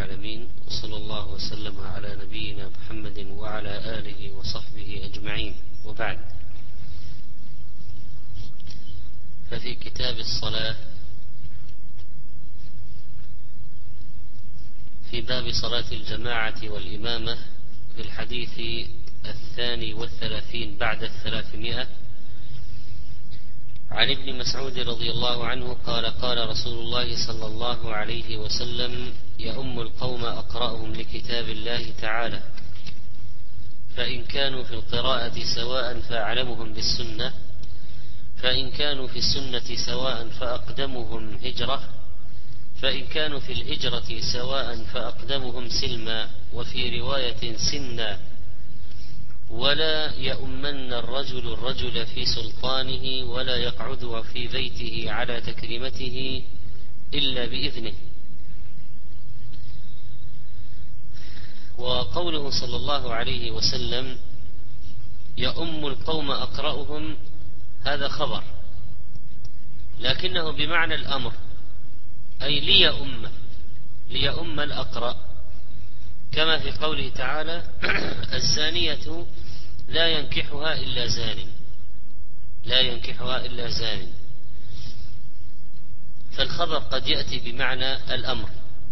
العالمين، وصلى الله وسلم على نبينا محمد وعلى آله وصحبه أجمعين، وبعد. ففي كتاب الصلاة في باب صلاة الجماعة والإمامة في الحديث 32 بعد 300 عن ابن مسعود رضي الله عنه قال: قال رسول الله صلى الله عليه وسلم: يؤم القوم أقرأهم لكتاب الله تعالى، فإن كانوا في القراءة سواء فأعلمهم بالسنة، فإن كانوا في السنة سواء فأقدمهم هجرة، فإن كانوا في الهجرة سواء فأقدمهم سلما، وفي رواية سنا. ولا يؤمن الرجل في سلطانه، ولا يقعد في بيته على تكريمته إلا بإذنه. وقوله صلى الله عليه وسلم: يؤم القوم أقرأهم، هذا خبر، لكنه بمعنى الأمر، أي ليؤم الأقرأ، كما في قوله تعالى: الزانية لا ينكحها إلا زان. فالخبر قد يأتي بمعنى الأمر.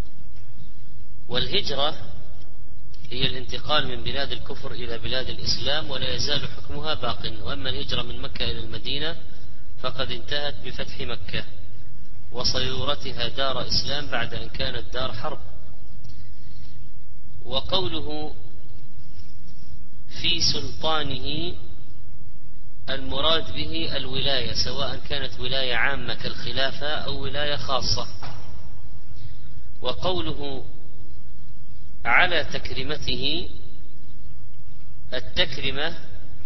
والهجرة هي الانتقال من بلاد الكفر إلى بلاد الإسلام، ولا يزال حكمها باق. وأما الهجرة من مكة إلى المدينة فقد انتهت بفتح مكة وصيرورتها دار إسلام بعد أن كانت دار حرب. وقوله في سلطانه المراد به الولاية، سواء كانت ولاية عامة كالخلافة أو ولاية خاصة. وقوله على تكريمته، التكرمة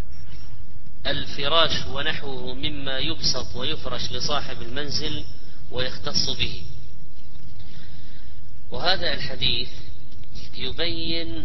الفراش ونحوه مما يبسط ويفرش لصاحب المنزل ويختص به. وهذا الحديث يبين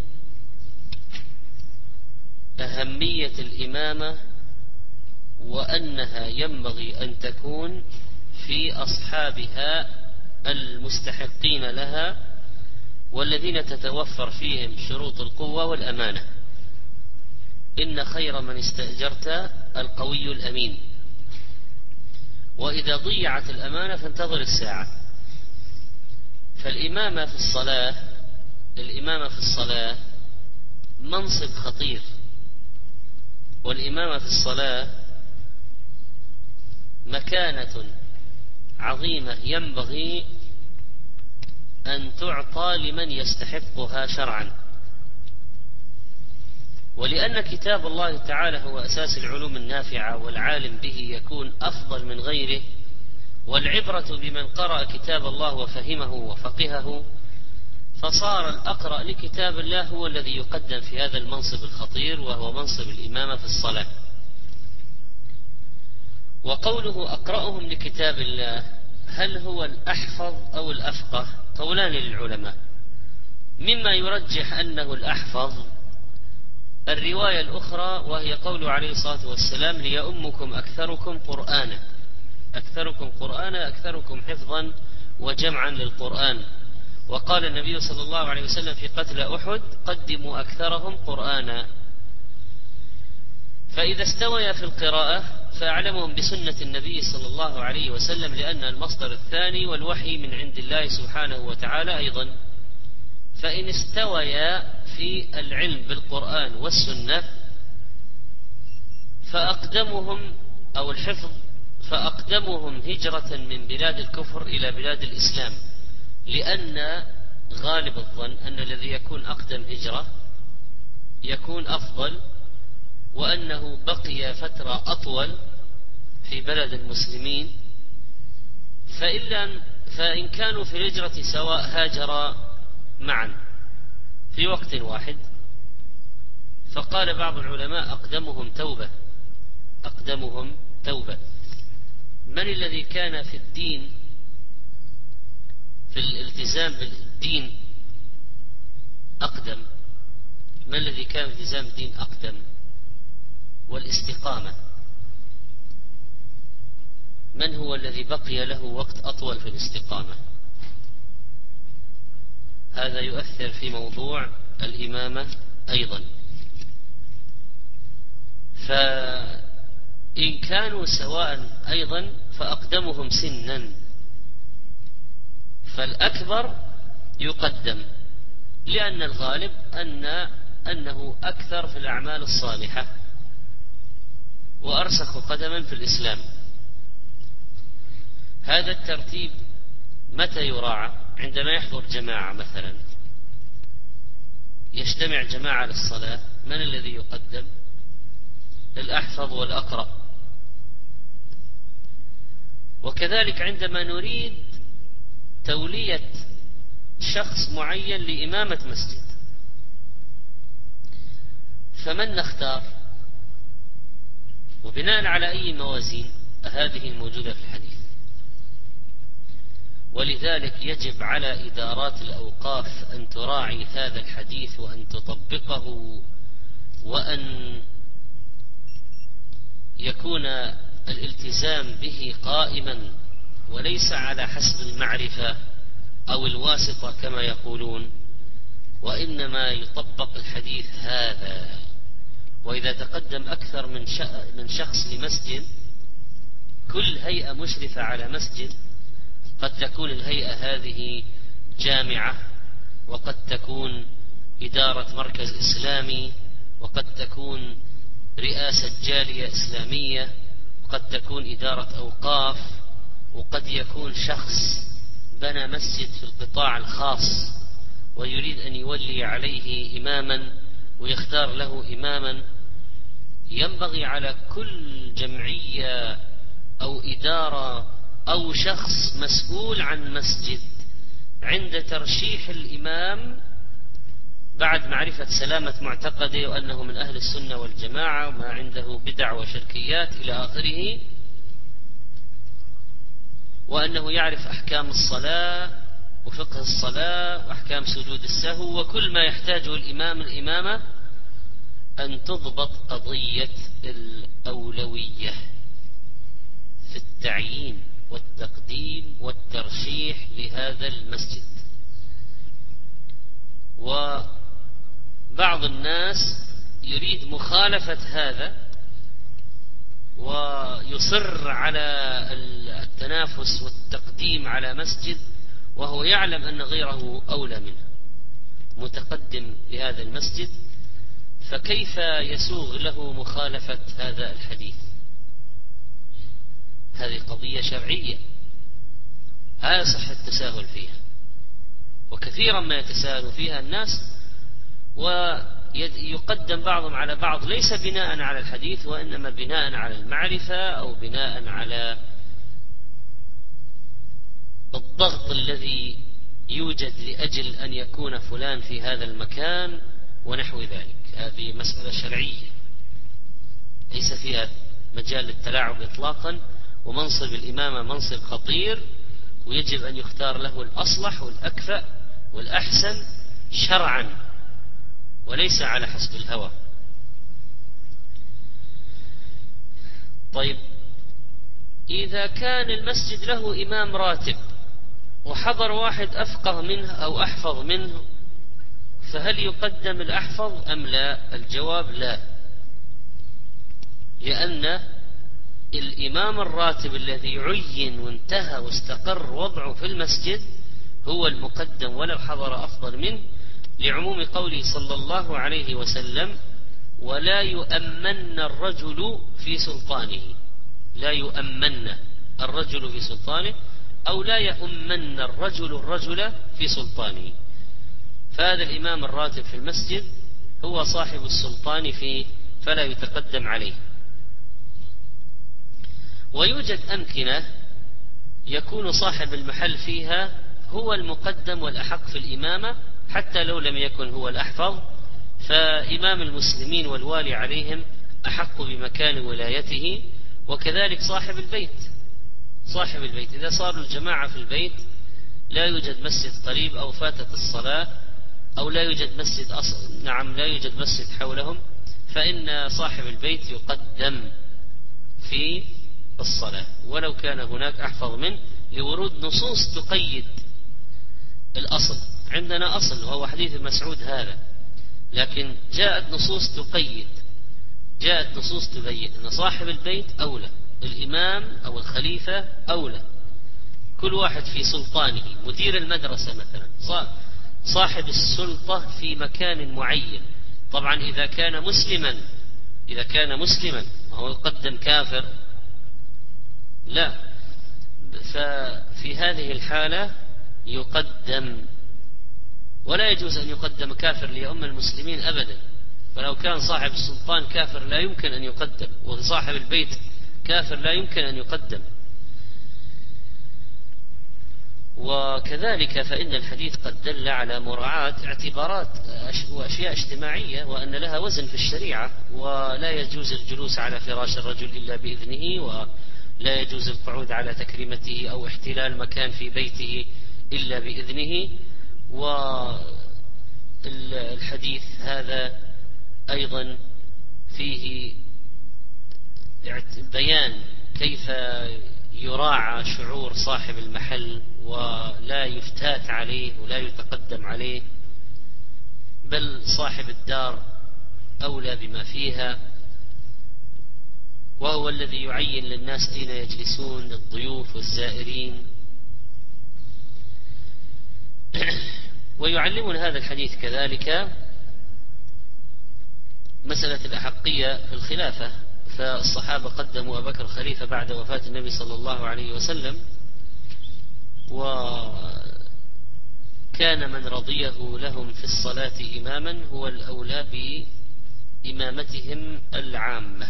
أهمية الإمامة، وأنها ينبغي أن تكون في أصحابها المستحقين لها، والذين تتوفر فيهم شروط القوة والأمانة. إن خير من استأجرت القوي الأمين. وإذا ضيعت الأمانة فانتظر الساعة. فالإمامة في الصلاة منصب خطير، والإمامة في الصلاة مكانة عظيمة ينبغي أن تعطى لمن يستحقها شرعا. ولأن كتاب الله تعالى هو أساس العلوم النافعة، والعالم به يكون أفضل من غيره، والعبرة بمن قرأ كتاب الله وفهمه وفقهه، فصار الأقرأ لكتاب الله هو الذي يقدم في هذا المنصب الخطير، وهو منصب الإمامة في الصلاة. وقوله أقرأهم لكتاب الله، هل هو الأحفظ أو الأفقه؟ قولان للعلماء. مما يرجح أنه الأحفظ الرواية الأخرى، وهي قول عليه الصلاة والسلام: ليؤمكم أكثركم قرآنا أكثركم حفظا وجمعا للقرآن. وقال النبي صلى الله عليه وسلم في قتل أحد: قدموا أكثرهم قرآنا. فإذا استويا في القراءة فأعلمهم بسنة النبي صلى الله عليه وسلم، لأن المصدر الثاني والوحي من عند الله سبحانه وتعالى أيضا. فإن استويا في العلم بالقرآن والسنة فأقدمهم أو الحفظ فأقدمهم هجرة من بلاد الكفر إلى بلاد الإسلام، لأن غالب الظن أن الذي يكون أقدم هجرة يكون أفضل، وأنه بقي فترة أطول في بلد المسلمين. فإن كانوا في الهجرة سواء هاجرا معا في وقت واحد. فقال بعض العلماء: أقدمهم توبة. من الذي كان في الدين، في الالتزام بالدين أقدم؟ من الذي كان في التزام بالدين أقدم؟ والاستقامة، من هو الذي بقي له وقت أطول في الاستقامة؟ وهذا يؤثر في موضوع الإمامة أيضا. فإن كانوا سواء أيضا فأقدمهم سنا، فالأكبر يقدم، لأن الغالب أنه أكثر في الأعمال الصالحة وأرسخ قدما في الإسلام. هذا الترتيب متى يراعى؟ عندما يحضر جماعة مثلا، يجتمع جماعة للصلاة، من الذي يقدم؟ الأحفظ والأقرأ. وكذلك عندما نريد تولية شخص معين لإمامة مسجد، فمن نختار؟ وبناء على أي موازين؟ هذه الموجودة في الحديث. ولذلك يجب على إدارات الأوقاف أن تراعي هذا الحديث وأن تطبقه، وأن يكون الالتزام به قائما، وليس على حسب المعرفة أو الواسطة كما يقولون، وإنما يطبق الحديث هذا. وإذا تقدم أكثر من شخص لمسجد، كل هيئة مشرفة على مسجد، قد تكون الهيئة هذه جامعة، وقد تكون إدارة مركز إسلامي، وقد تكون رئاسة جالية إسلامية، وقد تكون إدارة أوقاف، وقد يكون شخص بنى مسجد في القطاع الخاص ويريد أن يولي عليه إماما ويختار له إماما. ينبغي على كل جمعية أو إدارة أو شخص مسؤول عن مسجد عند ترشيح الإمام، بعد معرفة سلامة معتقده وأنه من أهل السنة والجماعة وما عنده بدع وشركيات إلى آخره، وأنه يعرف أحكام الصلاة وفقه الصلاة وأحكام سجود السهو وكل ما يحتاجه الإمامة، أن تضبط قضية الأولوية في التعيين والتقديم والترشيح لهذا المسجد. وبعض الناس يريد مخالفة هذا ويصر على التنافس والتقديم على مسجد وهو يعلم أن غيره أولى منه متقدم لهذا المسجد، فكيف يسوغ له مخالفة هذا الحديث؟ هذه قضية شرعية لا يصح التساهل فيها، وكثيرا ما يتساهل فيها الناس ويقدم بعضهم على بعض، ليس بناء على الحديث وإنما بناء على المعرفة أو بناء على الضغط الذي يوجد لأجل أن يكون فلان في هذا المكان ونحو ذلك. هذه مسألة شرعية ليس فيها مجال للتلاعب إطلاقا، ومنصب الإمامة منصب خطير، ويجب أن يختار له الأصلح والأكفأ والأحسن شرعا وليس على حسب الهوى. طيب، إذا كان المسجد له إمام راتب وحضر واحد أفقه منه أو أحفظ منه، فهل يقدم الأحفظ أم لا؟ الجواب لا، لأن الإمام الراتب الذي عين وانتهى واستقر وضعه في المسجد هو المقدم ولو حضر أفضل منه، لعموم قوله صلى الله عليه وسلم: ولا يؤمن الرجل في سلطانه. لا يؤمن الرجل في سلطانه، أو لا يؤمن الرجل في سلطانه. فهذا الإمام الراتب في المسجد هو صاحب السلطان فيه، فلا يتقدم عليه. ويوجد أمكنة يكون صاحب المحل فيها هو المقدم والأحق في الإمامة، حتى لو لم يكن هو الأحفظ، فإمام المسلمين والوالي عليهم أحق بمكان ولايته. وكذلك صاحب البيت إذا صاروا الجماعة في البيت، لا يوجد مسجد قريب أو فاتت الصلاة أو لا يوجد مسجد حولهم، فإن صاحب البيت يقدم في الصلاة ولو كان هناك أحفظ منه، لورود نصوص تقيد الأصل. عندنا أصل وهو حديث مسعود هذا، لكن جاءت نصوص تقيد، جاءت نصوص تبين أن صاحب البيت أولى، الإمام أو الخليفة أولى، كل واحد في سلطانه، مدير المدرسة مثلا صاحب السلطة في مكان معين. طبعا إذا كان مسلما وهو يقدم كافر لا، ففي هذه الحالة يقدم، ولا يجوز أن يقدم كافر ليؤم المسلمين أبدا. فلو كان صاحب السلطان كافر لا يمكن أن يقدم، وصاحب البيت كافر لا يمكن أن يقدم. وكذلك فإن الحديث قد دل على مراعاة اعتبارات وأشياء اجتماعية، وأن لها وزن في الشريعة، ولا يجوز الجلوس على فراش الرجل إلا بإذنه، ولا يجوز القعود على تكريمته أو احتلال مكان في بيته إلا بإذنه. والحديث هذا أيضا فيه بيان كيف يراعى شعور صاحب المحل، ولا يفتات عليه ولا يتقدم عليه، بل صاحب الدار أولى بما فيها، وهو الذي يعين للناس أين يجلسون، للضيوف والزائرين. ويعلمنا هذا الحديث كذلك مسألة الأحقية في الخلافة، فالصحابة قدموا أبا بكر خليفة بعد وفاة النبي صلى الله عليه وسلم، وكان من رضيه لهم في الصلاة إماما هو الأولى بإمامتهم العامة.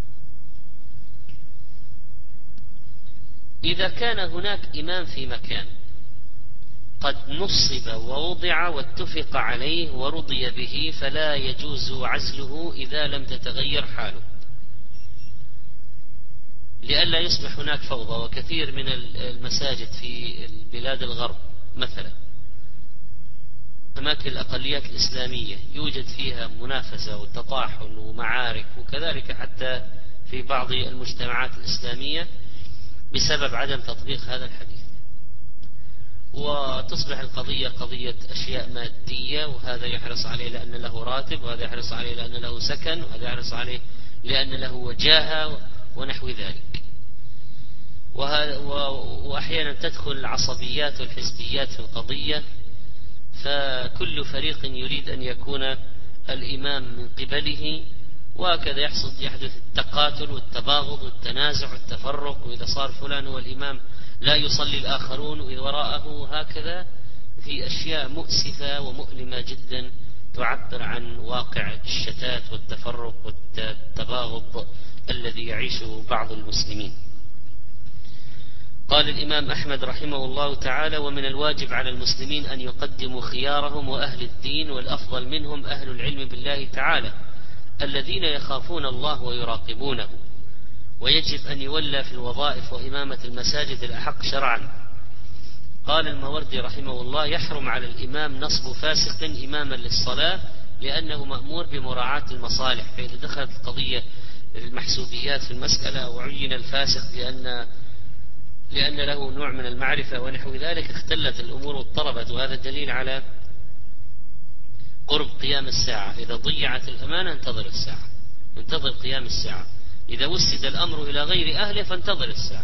إذا كان هناك إمام في مكان قد نصب ووضع واتفق عليه ورضي به، فلا يجوز عزله إذا لم تتغير حاله، لئلا يصبح هناك فوضى. وكثير من المساجد في بلاد الغرب مثلا، أماكن الأقليات الإسلامية، يوجد فيها منافسة وتطاحن ومعارك، وكذلك حتى في بعض المجتمعات الإسلامية بسبب عدم تطبيق هذا الحديث، وتصبح القضية قضية أشياء مادية، وهذا يحرص عليه لأن له راتب، وهذا يحرص عليه لأن له سكن، وهذا يحرص عليه لأن له وجاهة ونحو ذلك. وأحيانا تدخل العصبيات والحزبيات في القضية، فكل فريق يريد أن يكون الإمام من قبله، وهكذا يحدث التقاتل والتباغض والتنازع والتفرق، وإذا صار فلان هو الإمام لا يصلي الآخرون وإذ وراءه، هكذا في أشياء مؤسفة ومؤلمة جدا تعبر عن واقع الشتات والتفرق والتباغض الذي يعيشه بعض المسلمين. قال الإمام أحمد رحمه الله تعالى: ومن الواجب على المسلمين أن يقدموا خيارهم وأهل الدين، والأفضل منهم أهل العلم بالله تعالى الذين يخافون الله ويراقبونه، ويجب أن يولى في الوظائف وإمامة المساجد الأحق شرعا. قال الماوردي رحمه الله: يحرم على الإمام نصب فاسق إماما للصلاة، لأنه مأمور بمراعاة المصالح، فإذا دخلت القضية المحسوبيات في المسألة وعين الفاسق لأن له نوع من المعرفة ونحو ذلك، اختلت الأمور واضطربت، وهذا دليل على قرب قيام الساعة. إذا ضيعت الأمانة انتظر الساعة، انتظر قيام الساعة. إذا وسد الأمر إلى غير أهله فانتظر الساعة.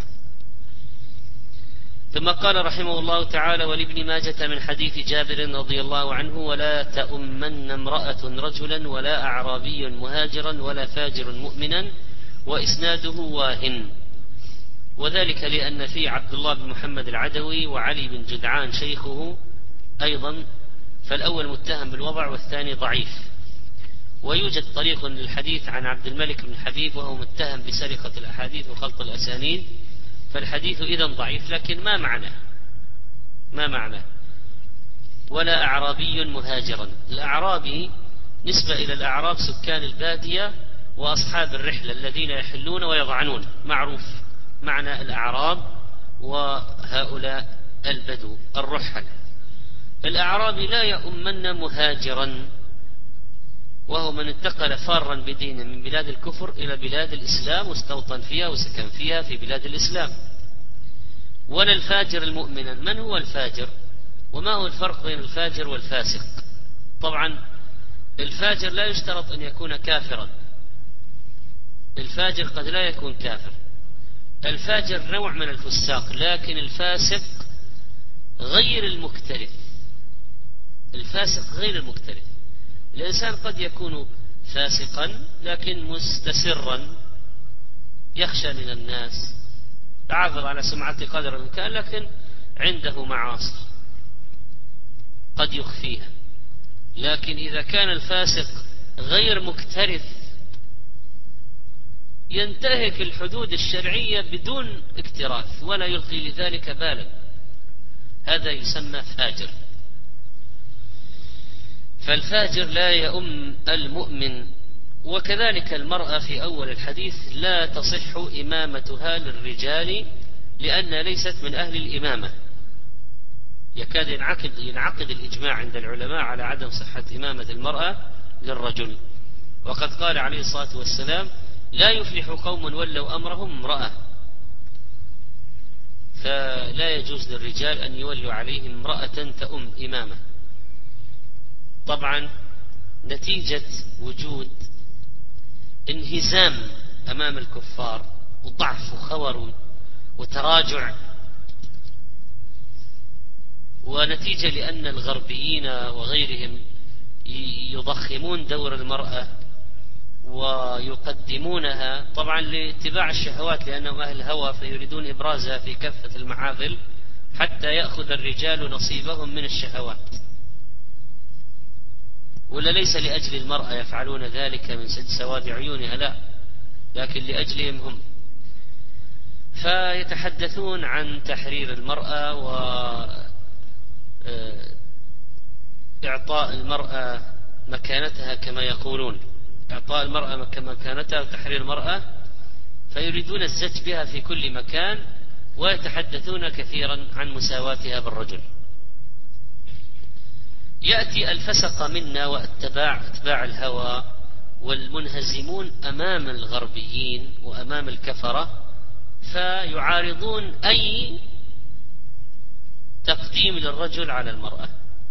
ثم قال رحمه الله تعالى: ولابن ماجة من حديث جابر رضي الله عنه: ولا تؤمن امرأة رجلا ولا أعرابي مهاجرا ولا فاجر مؤمنا، وإسناده واهن. وذلك لأن فيه عبد الله بن محمد العدوي وعلي بن جدعان شيخه أيضا، فالأول متهم بالوضع والثاني ضعيف. ويوجد طريق للحديث عن عبد الملك بن حبيب وهو متهم بسرقة الأحاديث وخلط الأسانيد، فالحديث إذن ضعيف. لكن ما معناه ولا أعرابي مهاجرا؟ الأعرابي نسبة إلى الأعراب سكان البادية وأصحاب الرحلة الذين يحلون ويضعنون، معروف معنى الأعراب، وهؤلاء البدو الرحل. الأعرابي لا يؤمن مهاجرا، وهو من انتقل فارا بدينه من بلاد الكفر إلى بلاد الإسلام واستوطن فيها وسكن فيها في بلاد الإسلام. ولا الفاجر المؤمنا. من هو الفاجر؟ وما هو الفرق بين الفاجر والفاسق؟ طبعا الفاجر لا يشترط أن يكون كافرا، الفاجر قد لا يكون كافر، الفاجر نوع من الفساق، لكن الفاسق غير المكترث، الفاسق غير المكترث. الإنسان قد يكون فاسقا لكن مستسرا، يخشى من الناس، يحافظ على سمعته قدر الإمكان، لكن عنده معاصي قد يخفيها. لكن إذا كان الفاسق غير مكترث ينتهك الحدود الشرعية بدون اكتراث ولا يلقي لذلك بالا، هذا يسمى فاجر. فالفاجر لا يؤم المؤمن. وكذلك المرأة في أول الحديث لا تصح إمامتها للرجال لأنها ليست من أهل الإمامة. يكاد ينعقد الإجماع عند العلماء على عدم صحة إمامة المرأة للرجل. وقد قال عليه الصلاة والسلام: لا يفلح قوم ولوا أمرهم امرأة. فلا يجوز للرجال أن يولوا عليهم امرأة تؤم إمامة. طبعا نتيجة وجود انهزام أمام الكفار وضعف وخور وتراجع، ونتيجة لأن الغربيين وغيرهم يضخمون دور المرأة ويقدمونها طبعا لاتباع الشهوات، لأنهم أهل هوى فيريدون إبرازها في كافة المحافل حتى يأخذ الرجال نصيبهم من الشهوات. ولا ليس لأجل المرأة يفعلون ذلك من سواد عيونها، لا، لكن لأجلهم هم. فيتحدثون عن تحرير المرأة وإعطاء المرأة مكانتها كما يقولون، إعطاء المرأة مكانتها وتحرير المرأة، فيريدون الزج بها في كل مكان، ويتحدثون كثيرا عن مساواتها بالرجل. يأتي الفسق منا واتباع الهوى والمنهزمون أمام الغربيين وأمام الكفرة، فيعارضون أي تقديم للرجل على المرأة.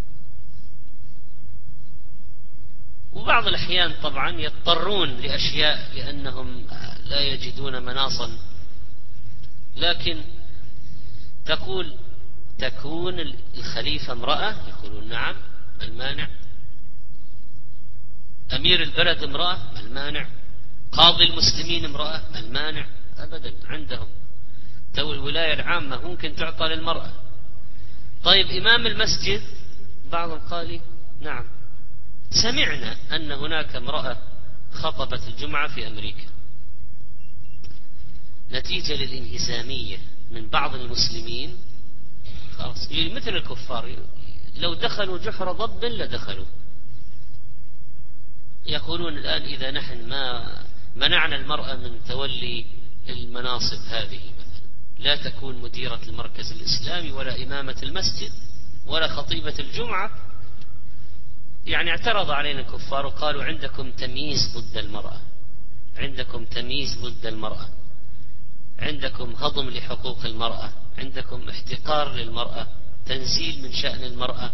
وبعض الأحيان طبعا يضطرون لأشياء لأنهم لا يجدون مناصا، لكن تكون الخليفة امرأة، يقولون نعم، ما المانع؟ أمير البلد امرأة، ما المانع؟ قاضي المسلمين امرأة، ما المانع؟ أبدا، عندهم تو الولاية العامة ممكن تعطى للمرأة. طيب إمام المسجد، بعضهم قال نعم، سمعنا أن هناك امرأة خطبت الجمعة في أمريكا. نتيجة للانهزامية من بعض المسلمين، خلاص مثل الكفار لو دخلوا جحر ضب لدخلوا. يقولون الآن إذا نحن ما منعنا المرأة من تولي المناصب هذه، مثلا لا تكون مديرة المركز الإسلامي ولا إمامة المسجد ولا خطيبة الجمعة، يعني اعترض علينا الكفار وقالوا عندكم تمييز ضد المرأة، عندكم تمييز ضد المرأة، عندكم هضم لحقوق المرأة، عندكم احتقار للمرأة، تنزيل من شأن المرأة،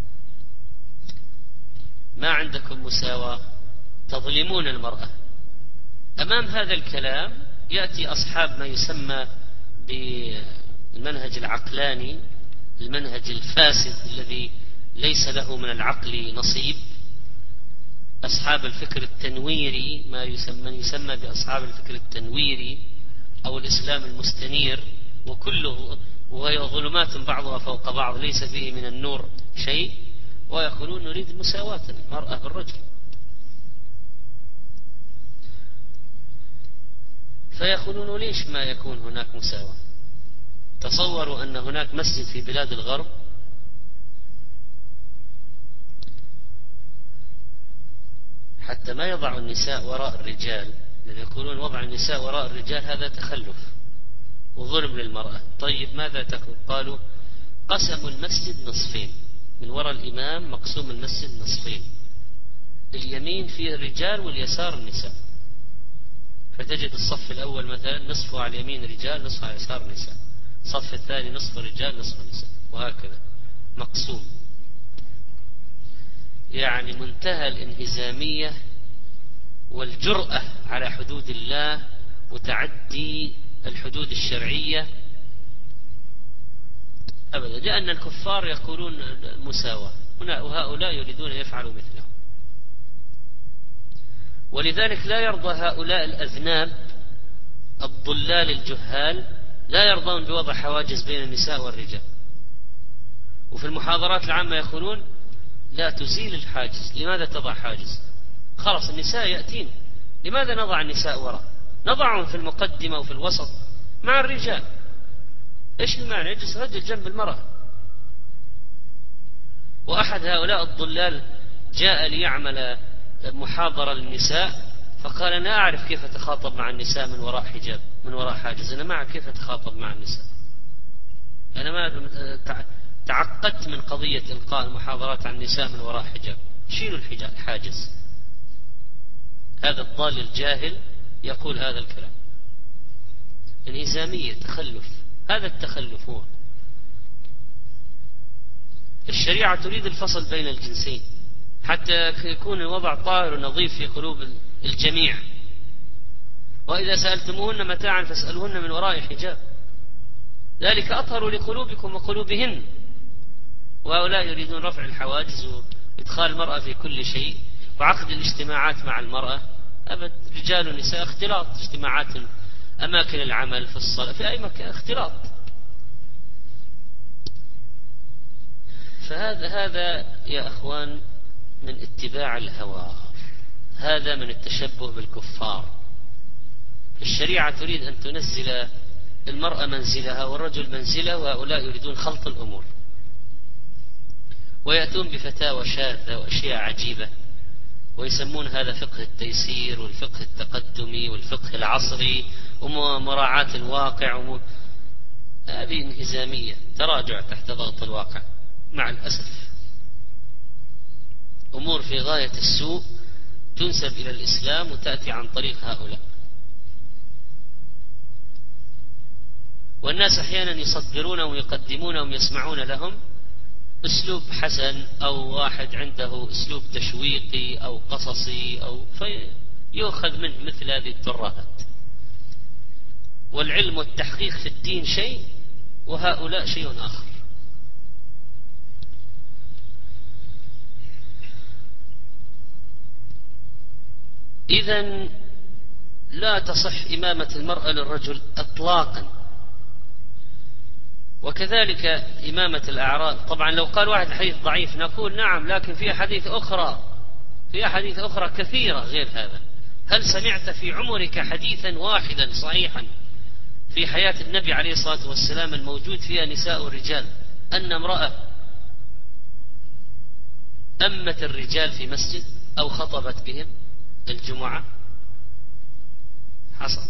ما عندكم مساواة، تظلمون المرأة. أمام هذا الكلام يأتي أصحاب ما يسمى بالمنهج العقلاني، المنهج الفاسد الذي ليس له من العقل نصيب، أصحاب الفكر التنويري، ما يسمى بأصحاب الفكر التنويري أو الإسلام المستنير، وكله وهي ظلمات بعضها فوق بعض ليس فيه من النور شيء، ويقولون نريد مساواة المرأة بالرجل. فيقولون ليش ما يكون هناك مساواة؟ تصوروا أن هناك مسجد في بلاد الغرب حتى ما يضع النساء وراء الرجال، لأن يقولون وضع النساء وراء الرجال هذا تخلف وظلم للمرأة. طيب ماذا تقول؟ قالوا قسموا المسجد نصفين، من وراء الإمام مقسوم المسجد نصفين، اليمين فيه الرجال واليسار النساء، فتجد الصف الأول مثلا نصفه على اليمين رجال، نصفه على اليسار نساء، الصف الثاني نصف رجال نصف نساء، وهكذا. مقسوم، يعني منتهى الانهزامية والجرأة على حدود الله وتعدي الحدود الشرعية أبدا، لأن الكفار يقولون المساواة وهؤلاء يريدون أن يفعلوا مثله. ولذلك لا يرضى هؤلاء الأذناب الضلال الجهال، لا يرضون بوضع حواجز بين النساء والرجال. وفي المحاضرات العامة يقولون لا تزيل الحاجز. لماذا تضع حاجز؟ خلاص النساء يأتين، لماذا نضع النساء وراء؟ نضعهم في المقدمة وفي الوسط مع الرجال. ايش المعنى؟ يجلس رجل جنب المرأة. وأحد هؤلاء الضلال جاء ليعمل محاضرة للنساء، فقال أنا أعرف كيف أتخاطب مع النساء من وراء حجاب، من وراء حاجز. أنا ما أعرف كيف أتخاطب مع النساء، أنا ما تعقدت من قضية إلقاء المحاضرات عن النساء من وراء حجاب. شيلوا الحاجز. هذا الضال الجاهل يقول هذا الكلام. انهزامية، تخلف، هذا التخلف هو. الشريعة تريد الفصل بين الجنسين حتى يكون الوضع طاهر ونظيف في قلوب الجميع. وإذا سألتموهن متاعا فاسألوهن من وراء حجاب، ذلك أطهر لقلوبكم وقلوبهن. وهؤلاء يريدون رفع الحواجز وإدخال المرأة في كل شيء وعقد الاجتماعات مع المرأة. أبد، رجال ونساء اختلاط، اجتماعات أماكن العمل، في الصلاة، في أي مكان اختلاط. فهذا يا أخوان من اتباع الهوى، هذا من التشبه بالكفار. الشريعة تريد أن تنزل المرأة منزلها والرجل منزله، وهؤلاء يريدون خلط الأمور، ويأتون بفتاوى شاذة وأشياء عجيبة، ويسمون هذا فقه التيسير والفقه التقدمي والفقه العصري ومراعاة الواقع. هذه انهزامية، تراجع تحت ضغط الواقع مع الأسف. أمور في غاية السوء تنسب إلى الإسلام وتأتي عن طريق هؤلاء. والناس أحيانا يصدرونهم ويقدمونهم، يسمعون لهم أسلوب حسن أو واحد عنده أسلوب تشويقي أو قصصي فيؤخذ منه مثل هذه الترهات. والعلم والتحقيق في الدين شيء، وهؤلاء شيء آخر. إذن لا تصح إمامة المرأة للرجل إطلاقا. وكذلك إمامة الأعراب. طبعا لو قال واحد الحديث ضعيف نقول نعم، لكن في أحاديث أخرى كثيرة غير هذا. هل سمعت في عمرك حديثا واحدا صحيحا في حياة النبي عليه الصلاة والسلام الموجود فيها نساء ورجال أن امرأة أمت الرجال في مسجد أو خطبت بهم الجمعة؟ حصل.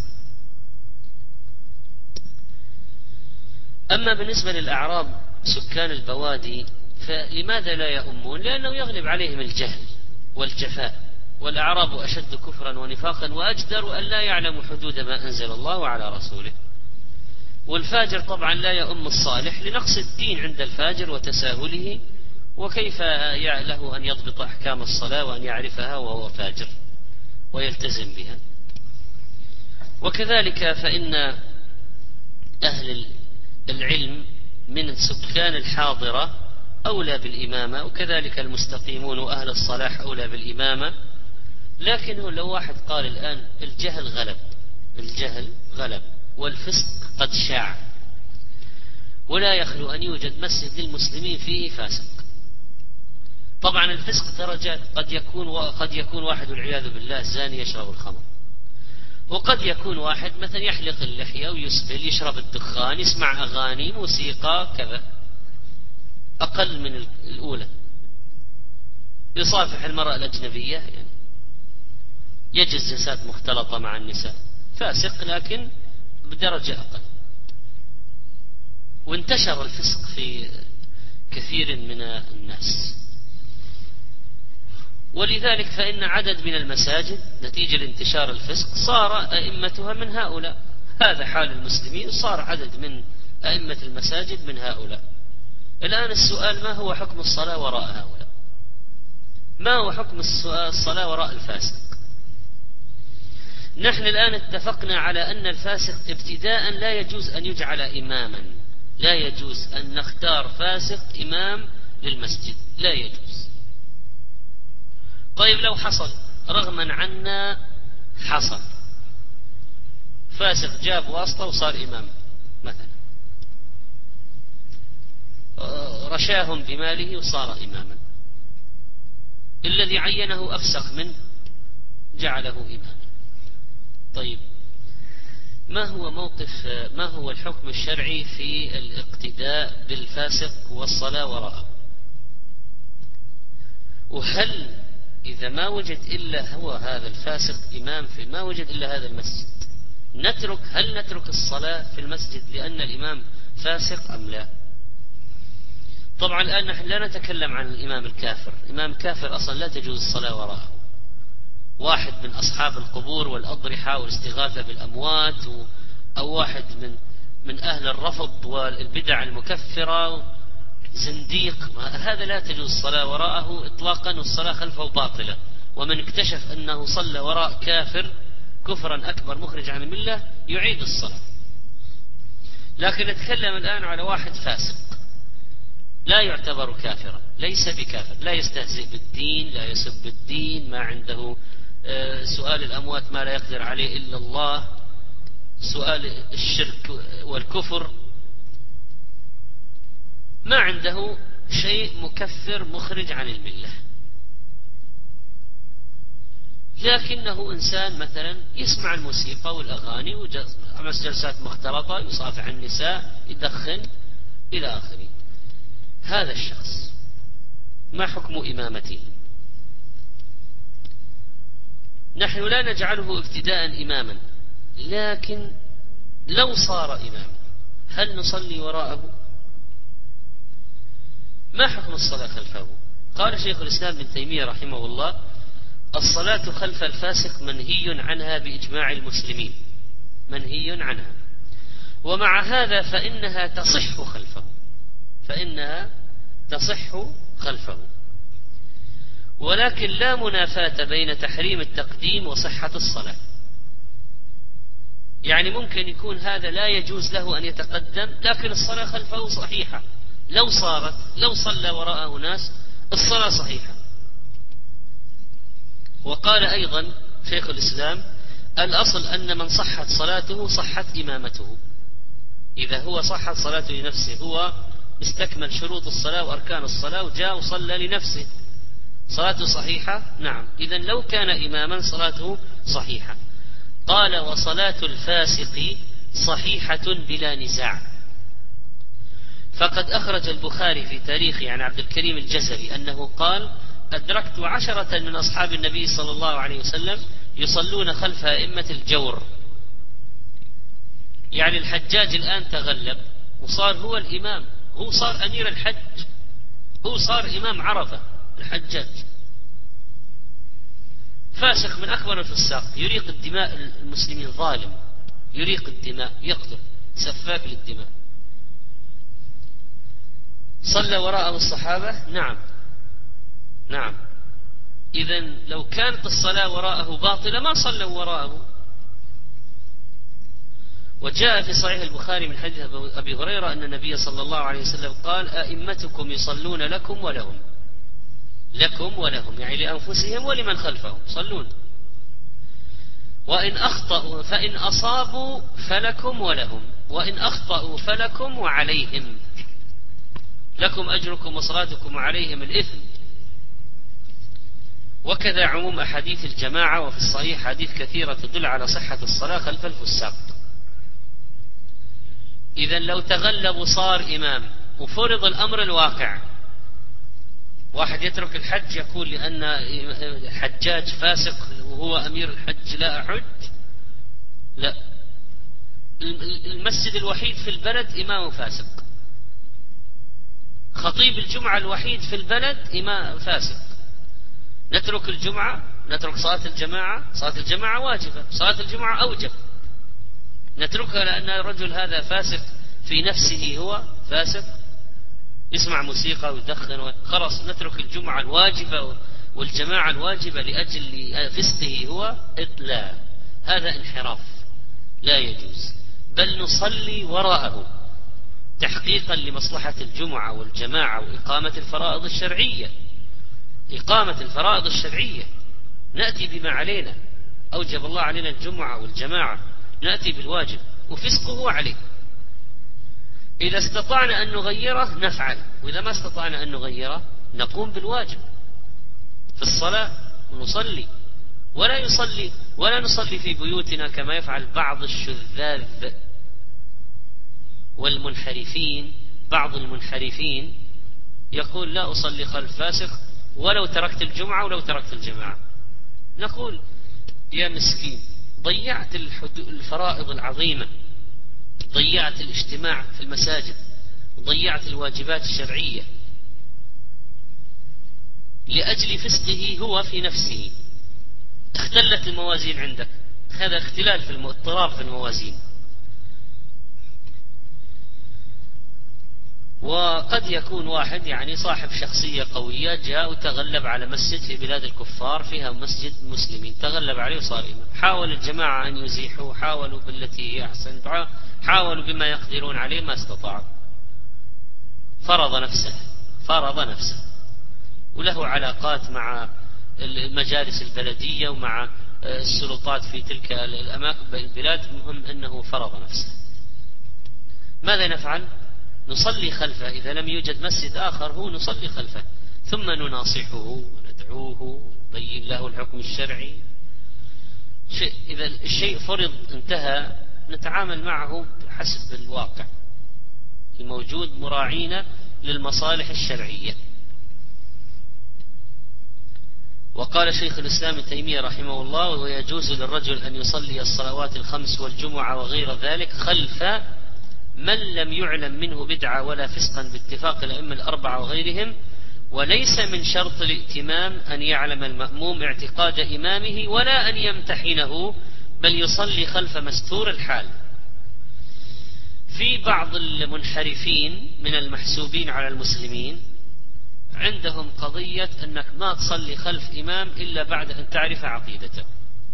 أما بالنسبة للأعراب سكان البوادي فلماذا لا يؤمون؟ لأنه يغلب عليهم الجهل والجفاء، والأعراب أشد كفرا ونفاقا وأجدر أن لا يعلموا حدود ما أنزل الله على رسوله. والفاجر طبعا لا يؤم الصالح لنقص الدين عند الفاجر وتساهله، وكيف له أن يضبط أحكام الصلاة وأن يعرفها وهو فاجر ويلتزم بها. وكذلك فإن أهل العلم من سكان الحاضرة أولى بالإمامة، وكذلك المستقيمون وأهل الصلاح أولى بالإمامة. لكن لو واحد قال الآن الجهل غلب والفسق قد شاع، ولا يخلو أن يوجد مسجد للمسلمين فيه فاسق. طبعا الفسق درجات، قد يكون واحد والعياذ بالله زاني يشرب الخمر، وقد يكون واحد مثلا يحلق اللحية ويسبل، يشرب الدخان، يسمع أغاني، موسيقى، كذا، أقل من الأولى. يصافح المرأة الأجنبية، يعني يجلس جلسات مختلطة مع النساء، فاسق لكن بدرجة أقل. وانتشر الفسق في كثير من الناس، ولذلك فإن عدد من المساجد نتيجة لانتشار الفسق صار أئمتها من هؤلاء. هذا حال المسلمين، صار عدد من أئمة المساجد من هؤلاء. الآن السؤال: ما هو حكم الصلاة وراء هؤلاء؟ ما هو حكم الصلاة وراء الفاسق؟ نحن الآن اتفقنا على أن الفاسق ابتداء لا يجوز أن يجعل إماما، لا يجوز أن نختار فاسق إمام للمسجد، لا يجوز. طيب لو حصل رغما عنا، حصل فاسق جاب واسطة وصار إمام مثلا، رشاهم بماله وصار إماما، الذي عينه أفسق منه جعله إماما. طيب ما هو الحكم الشرعي في الاقتداء بالفاسق والصلاة وراءه؟ وهل إذا ما وجد إلا هو هذا الفاسق إمام، ما وجد إلا هذا المسجد، هل نترك الصلاة في المسجد لأن الإمام فاسق أم لا؟ طبعا الآن نحن لا نتكلم عن الإمام الكافر، الإمام الكافر أصلا لا تجوز الصلاة وراءه، واحد من أصحاب القبور والأضرحة والاستغاثة بالأموات، أو واحد من أهل الرفض والبدع المكفرة، زنديق، هذا لا تجوز الصلاة وراءه إطلاقا، والصلاة خلفه باطلة. ومن اكتشف أنه صلى وراء كافر كفرا أكبر مخرج عن الملة يعيد الصلاة. لكن نتكلم الآن على واحد فاسق لا يعتبر كافرا، ليس بكافر، لا يستهزئ بالدين، لا يسب الدين، ما عنده سؤال الأموات ما لا يقدر عليه إلا الله، سؤال الشرك والكفر، ما عنده شيء مكفر مخرج عن الملة، لكنه إنسان مثلا يسمع الموسيقى والأغاني وعمل جلسات مختلطة، يصافح النساء، يدخن إلى آخره. هذا الشخص ما حكم إمامته؟ نحن لا نجعله ابتداء إماما، لكن لو صار إماما هل نصلي وراءه؟ ما حكم الصلاة خلفه؟ قال شيخ الإسلام ابن تيمية رحمه الله: الصلاة خلف الفاسق منهي عنها بإجماع المسلمين، منهي عنها، ومع هذا فإنها تصح خلفه، ولكن لا منافاة بين تحريم التقديم وصحة الصلاة. يعني ممكن يكون هذا لا يجوز له أن يتقدم، لكن الصلاة خلفه صحيحة، لو صلى وراءه ناس الصلاة صحيحة. وقال أيضا شيخ الإسلام: الأصل أن من صحت صلاته صحت إمامته. إذا هو صحت صلاته لنفسه، هو استكمل شروط الصلاة وأركان الصلاة وجاء وصلى لنفسه، صلاته صحيحة. نعم، إذن لو كان إماما صلاته صحيحة. قال: وصلاة الفاسق صحيحة بلا نزاع. فقد أخرج البخاري في تاريخه عن عبد الكريم الجزري أنه قال: أدركت 10 من أصحاب النبي صلى الله عليه وسلم يصلون خلف أئمة الجور. يعني الحجاج الآن تغلب وصار هو الإمام، هو صار أمير الحج، هو صار إمام عرفة. الحجاج فاسق من أكبر الفساق، يريق الدماء المسلمين، ظالم، يريق الدماء، يقتل، سفاك للدماء. صلى وراءه الصحابة؟ نعم. إذن لو كانت الصلاة وراءه باطلة ما صلوا وراءه. وجاء في صحيح البخاري من حديث أبي هريرة أن النبي صلى الله عليه وسلم قال: أئمتكم يصلون لكم ولهم، يعني لأنفسهم ولمن خلفهم صلون، وإن أخطأوا فإن أصابوا فلكم ولهم، وإن أخطأوا فلكم وعليهم، لكم أجركم وصلاتكم وعليهم الإثم. وكذا عموم أحاديث الجماعة، وفي الصحيح حديث كثيرة تدل على صحة الصلاة خلف الفساق. إذن لو تغلب وصار إمام وفرض الأمر الواقع، واحد يترك الحج يقول لأن حجاج فاسق وهو أمير الحج لا أحج، لا، المسجد الوحيد في البلد إمام فاسق، خطيب الجمعة الوحيد في البلد إمام فاسق، نترك الجمعة، نترك صلاة الجماعة واجبة، صلاة الجمعة أوجب، نتركها لأن الرجل هذا فاسق في نفسه، هو فاسق. يسمع موسيقى ويدخن، خلاص نترك الجمعة الواجبة والجماعة الواجبة لأجل فسقه هو لا، هذا انحراف لا يجوز، بل نصلي وراءه تحقيقا لمصلحة الجمعة والجماعة وإقامة الفرائض الشرعية. إقامة الفرائض الشرعية نأتي بما علينا، أوجب الله علينا الجمعة والجماعة، نأتي بالواجب وفسقه عليه. إذا استطعنا أن نغيره نفعل، وإذا ما استطعنا أن نغيره نقوم بالواجب في الصلاة ونصلي، ولا نصلي في بيوتنا كما يفعل بعض الشذاذ والمنحرفين. بعض المنحرفين يقول لا أصلي خلف فاسق ولو تركت الجمعة ولو تركت الجماعة. نقول يا مسكين، ضيعت الفرائض العظيمة، ضيعت الاجتماع في المساجد، ضيعت الواجبات الشرعية لأجل فسقه هو في نفسه. اختلت الموازين عندك، هذا اختلال في اضطراب في الموازين. وقد يكون واحد يعني صاحب شخصية قوية جاء وتغلب على مسجد في بلاد الكفار فيها مسجد مسلمين، تغلب عليه وصار إمام، حاول الجماعة أن يزيحوا، حاولوا بالتي هي أحسن، حاولوا بما يقدرون عليه ما استطاعوا، فرض نفسه وله علاقات مع المجالس البلدية ومع السلطات في تلك الأماكن البلاد، المهم أنه فرض نفسه. ماذا نفعل؟ نصلي خلفه، إذا لم يوجد مسجد آخر هو نصلي خلفه، ثم نناصحه وندعوه ونبين له الحكم الشرعي. إذا الشيء فرض انتهى نتعامل معه حسب الواقع الموجود مراعين للمصالح الشرعية. وقال شيخ الإسلام ابن تيمية رحمه الله: ويجوز للرجل أن يصلي الصلوات الخمس والجمعة وغير ذلك خلف من لم يعلم منه بدعة ولا فسقا باتفاق الأئمة الأربعة وغيرهم، وليس من شرط الائتمام أن يعلم المأموم اعتقاد إمامه ولا أن يمتحنه، بل يصلي خلف مستور الحال. في بعض المنحرفين من المحسوبين على المسلمين عندهم قضية أنك ما تصلي خلف إمام إلا بعد أن تعرف عقيدته،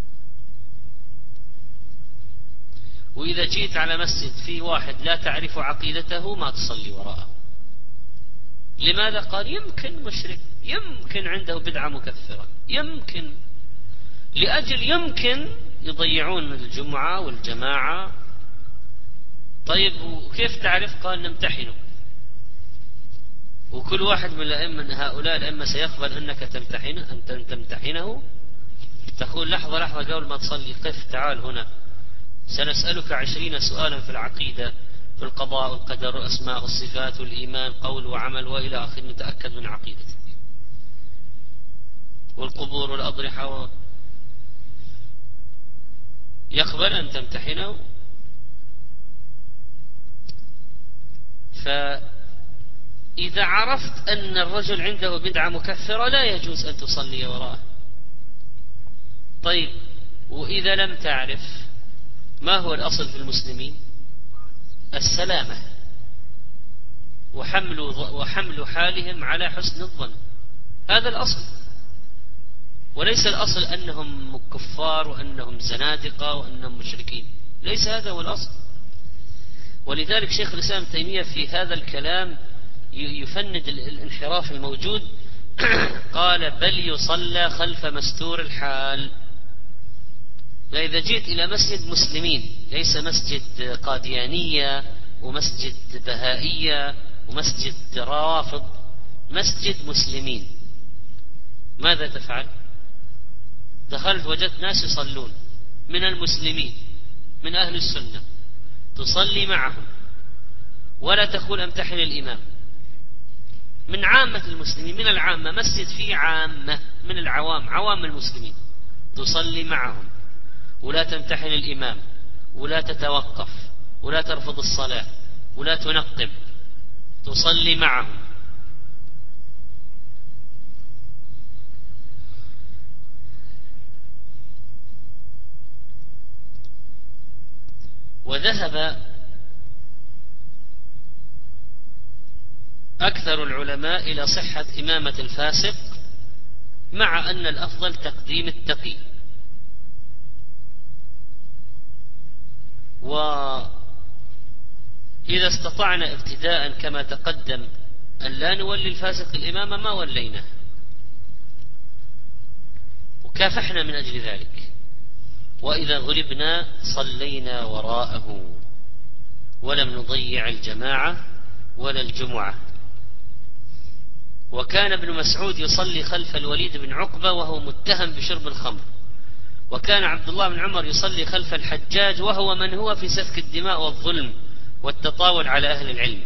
وإذا جيت على مسجد في واحد لا تعرف عقيدته ما تصلي وراءه. لماذا؟ قال يمكن مشرك، يمكن عنده بدعة مكفرة، يمكن يمكن يضيعون الجمعة والجماعة. طيب وكيف تعرف؟ قال نمتحنه، وكل واحد من الأئمة هؤلاء الأئمة سيقبل أنك تمتحنه. تقول لحظة قبل ما تصلي قف، تعال هنا سنسألك 20 سؤالا في العقيدة، في القضاء والقدر والأسماء والصفات والإيمان، قول وعمل وإلى آخره، نتأكد من عقيدتك، والقبور والأضرحة. يقبل أن تمتحنه. فإذا عرفت أن الرجل عنده بدعة مكفرة لا يجوز أن تصلي وراءه. طيب وإذا لم تعرف، ما هو الأصل في المسلمين؟ السلامة وحمل حالهم على حسن الظن، هذا الأصل، وليس الأصل أنهم كفار وأنهم زنادقة وأنهم مشركين، ليس هذا هو الأصل. ولذلك شيخ الإسلام ابن تيمية في هذا الكلام يفند الانحراف الموجود. قال بل يصلى خلف مستور الحال. فإذا جئت إلى مسجد مسلمين، ليس مسجد قاديانية ومسجد بهائية ومسجد رافض، مسجد مسلمين، ماذا تفعل؟ دخلت وجدت ناس يصلون من المسلمين من أهل السنة، تصلي معهم ولا تقول امتحن الإمام. من عامة المسلمين، من العامة، مسجد فيه عامة من العوام، عوام المسلمين، تصلي معهم ولا تمتحن الإمام ولا تتوقف ولا ترفض الصلاة ولا تنقب، تصلي معهم. وذهب أكثر العلماء إلى صحة إمامة الفاسق، مع أن الأفضل تقديم التقي. وإذا استطعنا ابتداء كما تقدم أن لا نولي الفاسق الإمامة ما وليناه، وكافحنا من أجل ذلك. وإذا غلبنا صلينا وراءه ولم نضيع الجماعة ولا الجمعة. وكان ابن مسعود يصلي خلف الوليد بن عقبة وهو متهم بشرب الخمر، وكان عبد الله بن عمر يصلي خلف الحجاج وهو من هو في سفك الدماء والظلم والتطاول على أهل العلم.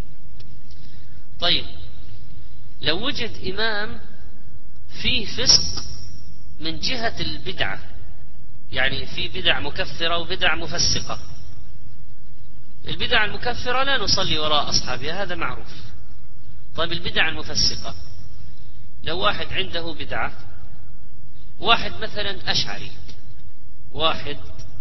طيب، لو وجد إمام فيه فسق من جهة البدعة، يعني في بدع مكفرة وبدع مفسقة، البدع المكفرة لا نصلي وراء أصحابها، هذا معروف. طيب البدع المفسقة، لو واحد عنده بدعة، واحد مثلا أشعري، واحد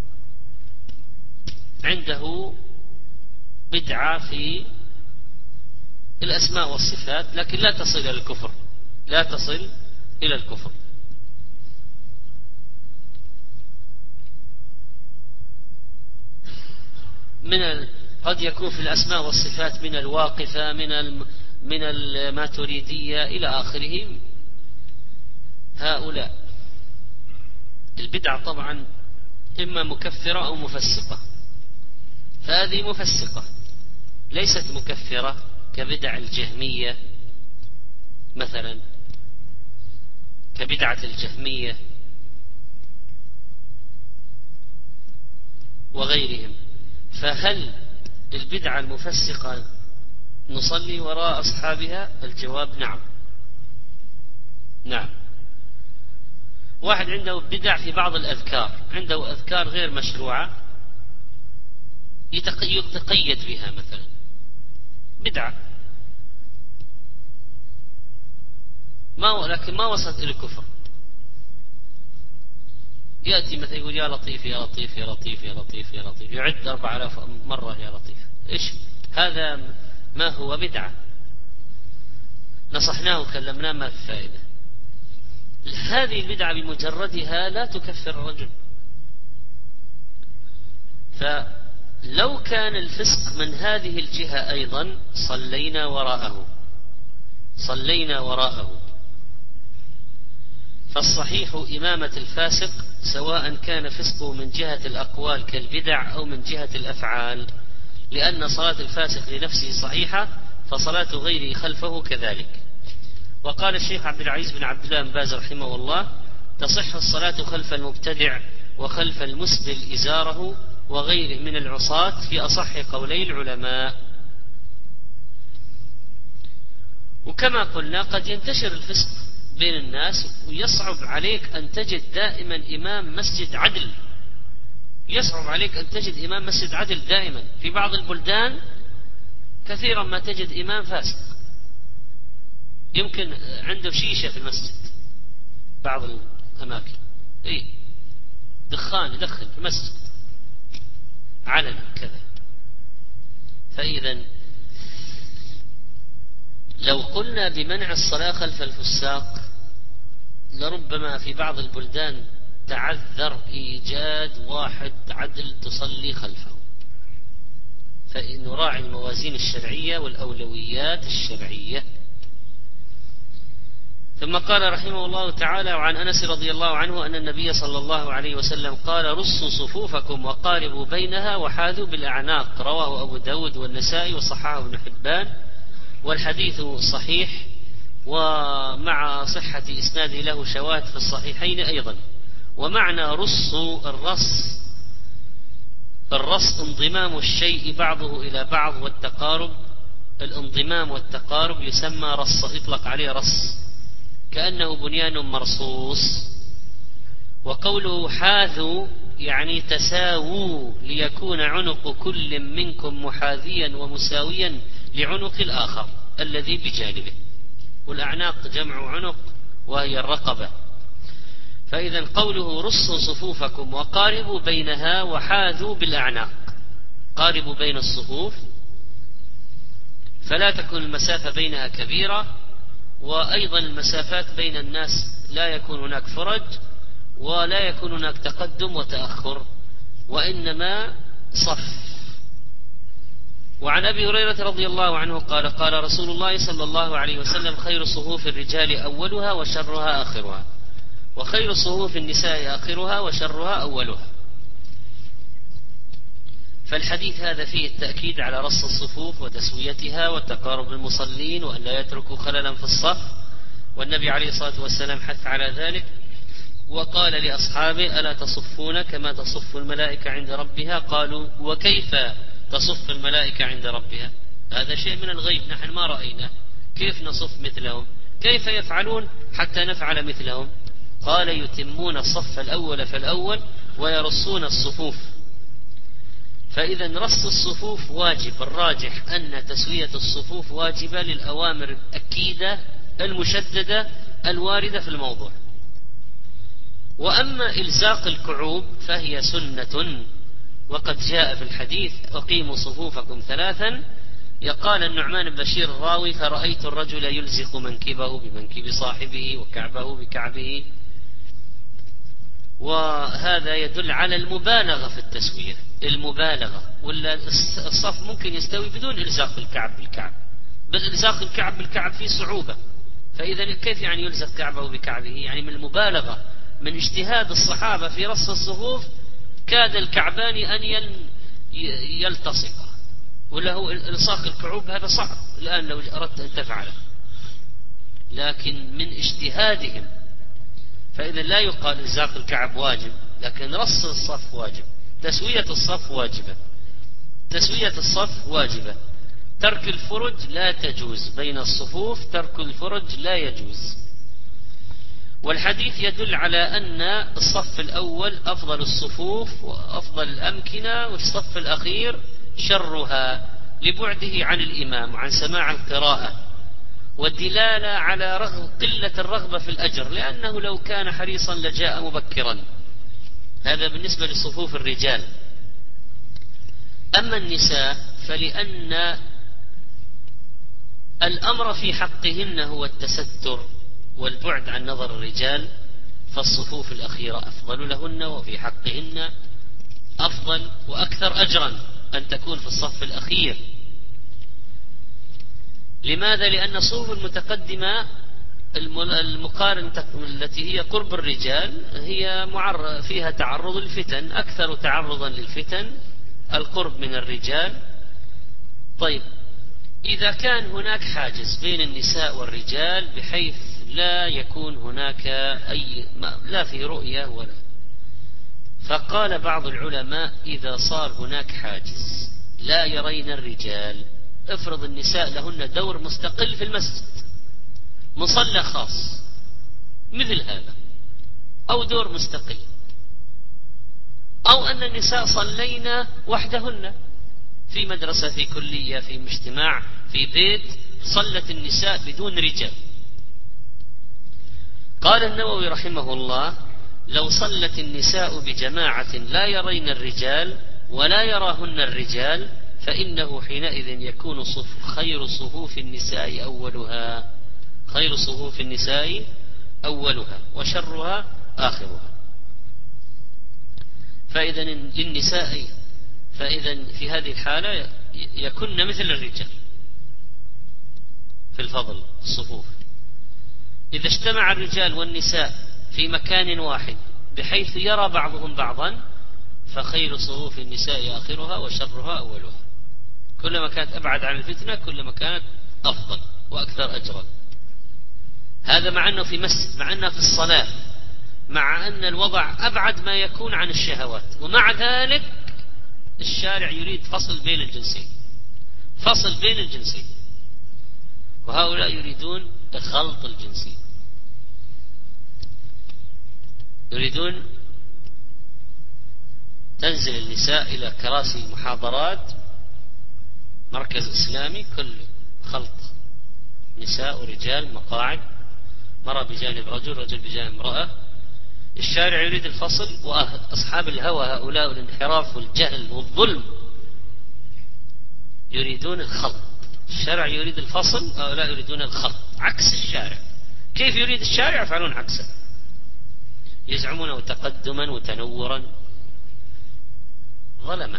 عنده بدعة في الأسماء والصفات لكن لا تصل إلى الكفر، لا تصل إلى الكفر، قد يكون في الأسماء والصفات من الواقفة، من الماتريدية إلى آخره. هؤلاء البدعة طبعا إما مكفرة أو مفسقة، فهذه مفسقة ليست مكفرة كبدع الجهمية مثلا، كبدعة الجهمية وغيرهم. فهل البدعة المفسقة نصلي وراء أصحابها؟ الجواب نعم، نعم. واحد عنده بدع في بعض الأذكار، عنده أذكار غير مشروعة يتقيد بها مثلا، بدعة لكن ما وصلت إلى الكفر. يأتي مثلا يقول يا لطيف يا لطيف يا لطيف يا لطيف يا لطيف، يعد 4000 مرة يا لطيف. إيش هذا؟ ما هو بدعة، نصحناه وكلمناه ما في فائدة. هذه البدعة بمجردها لا تكفر الرجل. فلو كان الفسق من هذه الجهة أيضا صلينا وراءه، صلينا وراءه. فالصحيح إمامة الفاسق سواء كان فسقه من جهة الأقوال كالبدع أو من جهة الأفعال، لأن صلاة الفاسق لنفسه صحيحة، فصلاة غيره خلفه كذلك. وقال الشيخ عبد العزيز بن عبد الله بن باز رحمه الله: تصح الصلاة خلف المبتدع وخلف المسبل إزاره وغيره من العصاة في أصح قولي العلماء. وكما قلنا قد ينتشر الفسق بين الناس ويصعب عليك أن تجد دائما إمام مسجد عدل، يصعب عليك أن تجد إمام مسجد عدل دائما. في بعض البلدان كثيرا ما تجد إمام فاسق، يمكن عنده شيشة في المسجد، بعض الأماكن دخان يدخن في المسجد علنا كذا. فإذا لو قلنا بمنع الصلاة خلف الفساق لربما في بعض البلدان تعذر إيجاد واحد عدل تصلي خلفه، فنراعي الموازين الشرعية والأولويات الشرعية. ثم قال رحمه الله تعالى: وعن أنس رضي الله عنه أن النبي صلى الله عليه وسلم قال: رصوا صفوفكم وقاربوا بينها وحاذوا بالأعناق. رواه أبو داود والنسائي وصححه ابن حبان، والحديث صحيح، ومع صحة إسناده له شواهد في الصحيحين أيضا. ومعنى رصوا الرص انضمام الشيء بعضه إلى بعض والتقارب. الانضمام والتقارب يسمى رص، يطلق عليه رص، كأنه بنيان مرصوص. وقوله حاذوا يعني تساووا، ليكون عنق كل منكم محاذيا ومساويا لعنق الآخر الذي بجانبه. والأعناق جمع عنق وهي الرقبة. فإذا قوله رصوا صفوفكم وقاربوا بينها وحاذوا بالأعناق، قاربوا بين الصفوف فلا تكون المسافة بينها كبيرة، وأيضا المسافات بين الناس لا يكون هناك فرج ولا يكون هناك تقدم وتأخر، وإنما صف. وعن أبي هريرة رضي الله عنه قال قال رسول الله صلى الله عليه وسلم: خير صفوف الرجال أولها وشرها آخرها، وخير صفوف النساء آخرها وشرها أولها. فالحديث هذا فيه التأكيد على رص الصفوف وتسويتها وتقارب المصلين وأن لا يتركوا خللا في الصف، والنبي عليه الصلاة والسلام حث على ذلك، وقال لأصحابه: ألا تصفون كما تصف الملائكة عند ربها؟ قالوا: وكيف تصف الملائكة عند ربها؟ هذا شيء من الغيب، نحن ما رأينا، كيف نصف مثلهم؟ كيف يفعلون حتى نفعل مثلهم؟ قال: يتمون الصف الأول فالأول ويرصون الصفوف. فإذا رص الصفوف واجب، الراجح أن تسوية الصفوف واجبة للأوامر الأكيدة المشددة الواردة في الموضوع. وأما إلزاق الكعوب فهي سنة، وقد جاء في الحديث: أقيموا صفوفكم ثلاثا. يقال النعمان بن بشير الراوي: فرأيت الرجل يلزق منكبه بمنكب صاحبه وكعبه بكعبه. وهذا يدل على المبالغة في التسوية، المبالغة، ولا الصف ممكن يستوي بدون إلزاق الكعب بالكعب، بل إلزاق الكعب بالكعب فيه صعوبة، فإذا كيف يعني يلزق كعبه بكعبه؟ يعني من المبالغة، من اجتهاد الصحابة في رص الصفوف كاد الكعبان أن يلتصقا، ولا هو إلصاق الكعوب هذا صعب الآن لو أردت أن تفعله، لكن من اجتهادهم. فإذا لا يقال إلزاق الكعب واجب، لكن رص الصف واجب، تسوية الصف واجبة، تسوية الصف واجبة. ترك الفرج لا تجوز بين الصفوف، ترك الفرج لا يجوز. والحديث يدل على أن الصف الأول أفضل الصفوف وأفضل الأمكنة، والصف الأخير شرها لبعده عن الإمام وعن سماع القراءة، والدلالة على قلة الرغبة في الأجر، لأنه لو كان حريصا لجاء مبكرا. هذا بالنسبة لصفوف الرجال. أما النساء فلأن الأمر في حقهن هو التستر والبعد عن نظر الرجال، فالصفوف الأخيرة أفضل لهن، وفي حقهن أفضل وأكثر أجرا أن تكون في الصف الأخير. لماذا؟ لأن الصفوف المتقدمة المقارنة التي هي قرب الرجال هي فيها تعرض للفتن، أكثر تعرضا للفتن القرب من الرجال. طيب، إذا كان هناك حاجز بين النساء والرجال بحيث لا يكون هناك لا في رؤية ولا، فقال بعض العلماء: إذا صار هناك حاجز لا يرين الرجال، افرض النساء لهن دور مستقل في المسجد، مصلى خاص مثل هذا، أو دور مستقل، أو أن النساء صلينا وحدهن في مدرسة، في كلية، في مجتمع، في بيت، صلت النساء بدون رجال. قال النووي رحمه الله: لو صلت النساء بجماعة لا يرين الرجال ولا يراهن الرجال، فإنه حينئذ يكون خير صفوف النساء أولها، خير صفوف النساء أولها وشرها آخرها. فإذا للنساء، فإذا في هذه الحالة يكن مثل الرجال في الفضل الصفوف. إذا اجتمع الرجال والنساء في مكان واحد بحيث يرى بعضهم بعضا، فخير صفوف النساء آخرها وشرها أولها. كلما كانت أبعد عن الفتنة كلما كانت أفضل وأكثر أجرا. هذا مع أنه في مسجد، مع أنه في الصلاة، مع أن الوضع أبعد ما يكون عن الشهوات، ومع ذلك الشارع يريد فصل بين الجنسين، فصل بين الجنسين، وهؤلاء يريدون خلط الجنسين، يريدون تنزل النساء إلى كراسي المحاضرات، مركز إسلامي كل خلط نساء ورجال، مقاعد، مرة بجانب رجل، رجل بجانب امرأة. الشارع يريد الفصل، وأصحاب الهوى هؤلاء والانحراف والجهل والظلم يريدون الخلط. الشرع يريد الفصل أو لا يريدون الخط، عكس الشارع. كيف يريد الشارع يفعلون عكسه، يزعمون تقدما وتنورا. ظلمة.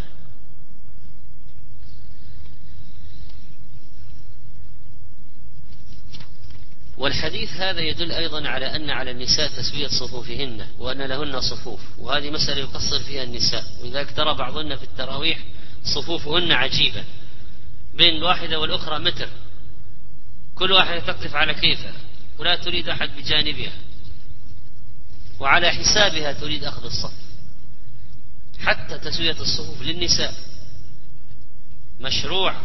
والحديث هذا يدل أيضا على أن على النساء تسوية صفوفهن، وأن لهن صفوف، وهذه مسألة يقصر فيها النساء. ولذلك ترى بعضهن في التراويح صفوفهن عجيبة، بين الواحدة والأخرى متر، كل واحدة تقف على كيفها ولا تريد أحد بجانبها، وعلى حسابها تريد أخذ الصف. حتى تسوية الصفوف للنساء مشروع.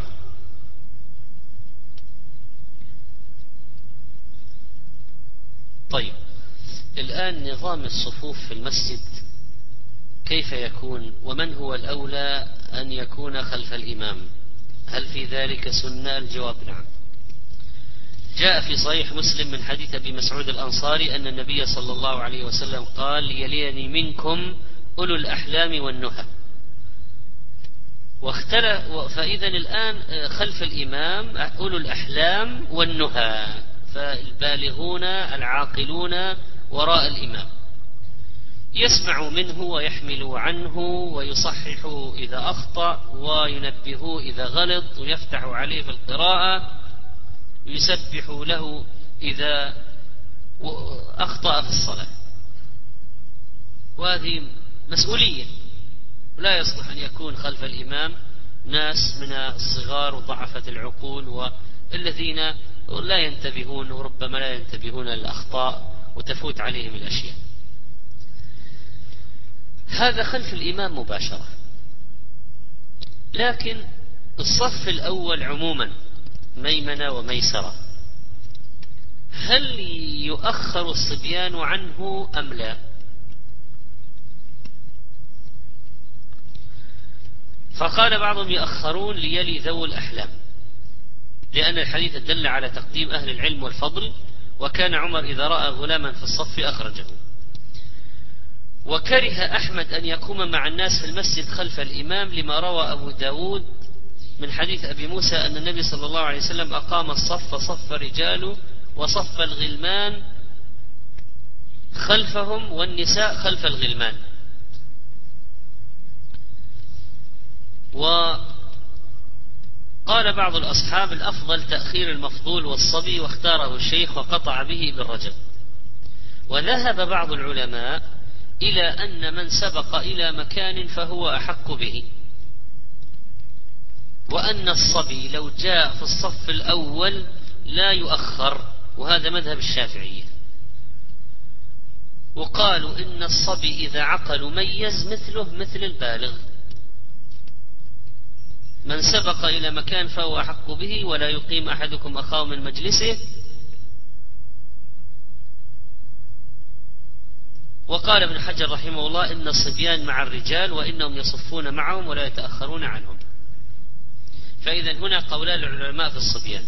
طيب، الآن نظام الصفوف في المسجد كيف يكون؟ ومن هو الأولى أن يكون خلف الإمام؟ هل في ذلك سنة؟ الجواب نعم. جاء في صحيح مسلم من حديث أبي مسعود الأنصاري أن النبي صلى الله عليه وسلم قال: يليني منكم أولو الأحلام والنهى. فإذا الآن خلف الإمام أولو الأحلام والنهى، فالبالغون العاقلون وراء الإمام، يسمع منه ويحمل عنه ويصحح إذا أخطأ وينبه إذا غلط، ويفتح عليه في القراءة، يسبح له إذا أخطأ في الصلاة. وهذه مسؤولية، لا يصلح أن يكون خلف الإمام ناس من الصغار وضعفة العقول والذين لا ينتبهون، وربما لا ينتبهون للأخطاء وتفوت عليهم الأشياء. هذا خلف الإمام مباشرة. لكن الصف الأول عموما ميمنة وميسرة، هل يؤخر الصبيان عنه أم لا؟ فقال بعضهم يؤخرون ليلي ذو الأحلام، لأن الحديث دل على تقديم أهل العلم والفضل، وكان عمر إذا رأى غلاما في الصف أخرجه. وكره أحمد أن يقوم مع الناس في المسجد خلف الإمام، لما روى أبو داود من حديث أبي موسى أن النبي صلى الله عليه وسلم أقام الصف، صف الرجال وصف الغلمان خلفهم والنساء خلف الغلمان. وقال بعض الأصحاب الأفضل تأخير المفضول والصبي، واختاره الشيخ وقطع به بالرجل. وذهب بعض العلماء إلى أن من سبق إلى مكان فهو أحق به، وأن الصبي لو جاء في الصف الأول لا يؤخر، وهذا مذهب الشافعية. وقالوا إن الصبي إذا عقل ميز مثله مثل البالغ، من سبق إلى مكان فهو أحق به، ولا يقيم أحدكم أخاه من مجلسه. وقال ابن حجر رحمه الله إن الصبيان مع الرجال، وإنهم يصفون معهم ولا يتأخرون عنهم. فإذا هنا قولان العلماء في الصبيان.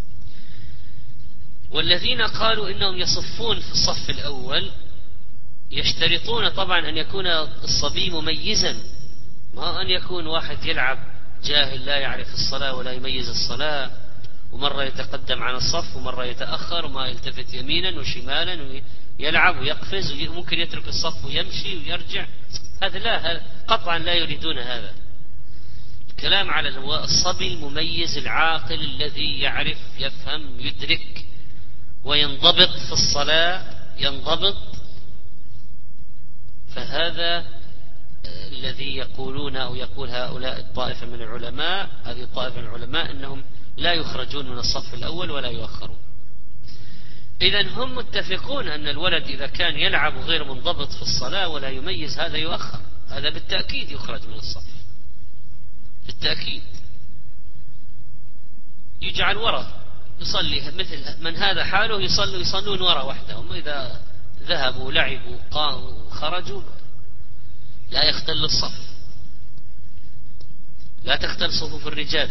والذين قالوا إنهم يصفون في الصف الأول يشترطون طبعا أن يكون الصبي مميزا، ما أن يكون واحد يلعب جاهل لا يعرف الصلاة ولا يميز الصلاة، ومرة يتقدم عن الصف ومرة يتأخر، وما يلتفت يمينا وشمالا ويلعب ويقفز، وممكن يترك الصف ويمشي ويرجع. هذا لا، قطعا لا يريدون هذا. الكلام على الصبي المميز العاقل الذي يعرف يفهم يدرك وينضبط في الصلاة، ينضبط. فهذا الذي يقولون أو يقول هؤلاء الطائفة من العلماء، هذه الطائفة من العلماء أنهم لا يخرجون من الصف الأول ولا يؤخرون. إذن هم متفقون أن الولد إذا كان يلعب غير منضبط في الصلاة ولا يميز هذا يؤخر، هذا بالتأكيد يخرج من الصف، بالتأكيد يجعل وراء، يصلي مثل من هذا حاله، يصلون وراء وحدهم، إذا ذهبوا لعبوا خرجوا لا يختل الصف، لا تختل صفوف الرجال.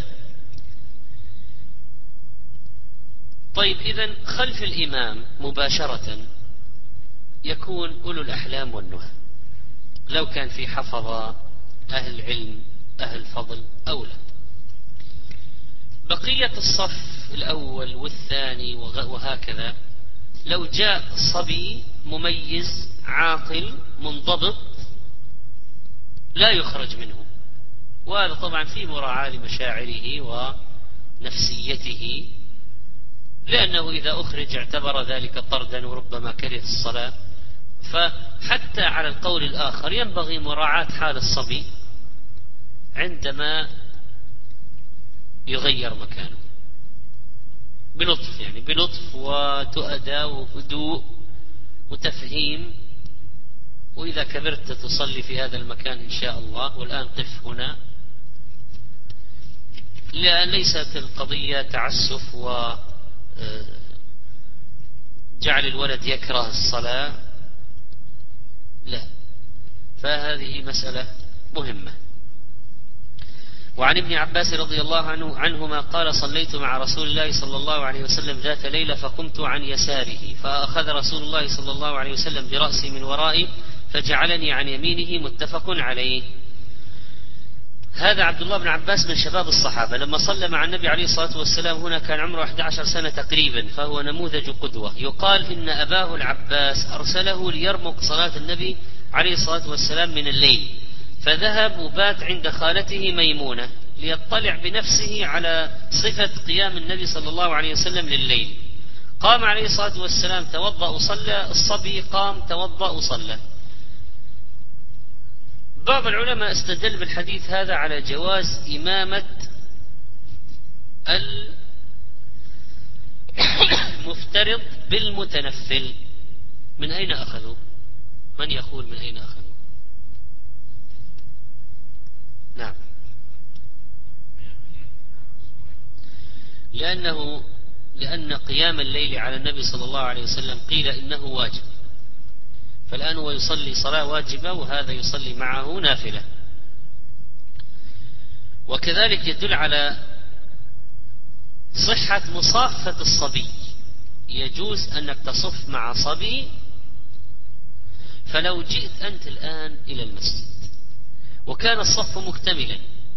طيب، إذن خلف الإمام مباشرة يكون أولو الأحلام والنهى، لو كان في حفظة أهل علم أهل فضل أولى. بقية الصف الأول والثاني وهكذا، لو جاء صبي مميز عاقل منضبط لا يخرج منه، وهذا طبعا في مراعاة لمشاعره ونفسيته، لأنه إذا أخرج اعتبر ذلك طردا وربما كره الصلاة. فحتى على القول الآخر ينبغي مراعاة حال الصبي عندما يغير مكانه بلطف، يعني بلطف وتؤدى وهدوء وتفهيم. وإذا كبرت تصلي في هذا المكان إن شاء الله، والآن قف هنا، لأن ليست القضية تعسف وجعل الولد يكره الصلاة، لا، فهذه مسألة مهمة. وعن ابن عباس رضي الله عنهما قال: صليت مع رسول الله صلى الله عليه وسلم ذات ليلة فقمت عن يساره، فأخذ رسول الله صلى الله عليه وسلم برأسي من ورائي فجعلني عن يمينه، متفق عليه. هذا عبد الله بن عباس من شباب الصحابة، لما صلى مع النبي عليه الصلاة والسلام هنا كان عمره 11 سنة تقريبا، فهو نموذج قدوة. يقال إن أباه العباس أرسله ليرمق صلاة النبي عليه الصلاة والسلام من الليل، فذهب وبات عند خالته ميمونة ليطلع بنفسه على صفة قيام النبي صلى الله عليه وسلم لليل. قام عليه الصلاة والسلام توضأ وصلى، الصبي قام توضأ وصلى. بعض العلماء استدل بالحديث هذا على جواز إمامة المفترض بالمتنفل. من أين أخذوا؟ من يقول من أين أخذوا؟ نعم، لأن قيام الليل على النبي صلى الله عليه وسلم قيل إنه واجب، فالآن هو يصلي صلاة واجبة وهذا يصلي معه نافلة. وكذلك يدل على صحة مصافة الصبي، يجوز أنك تصف مع صبي. فلو جئت أنت الآن إلى المسجد وكان الصف مكتملا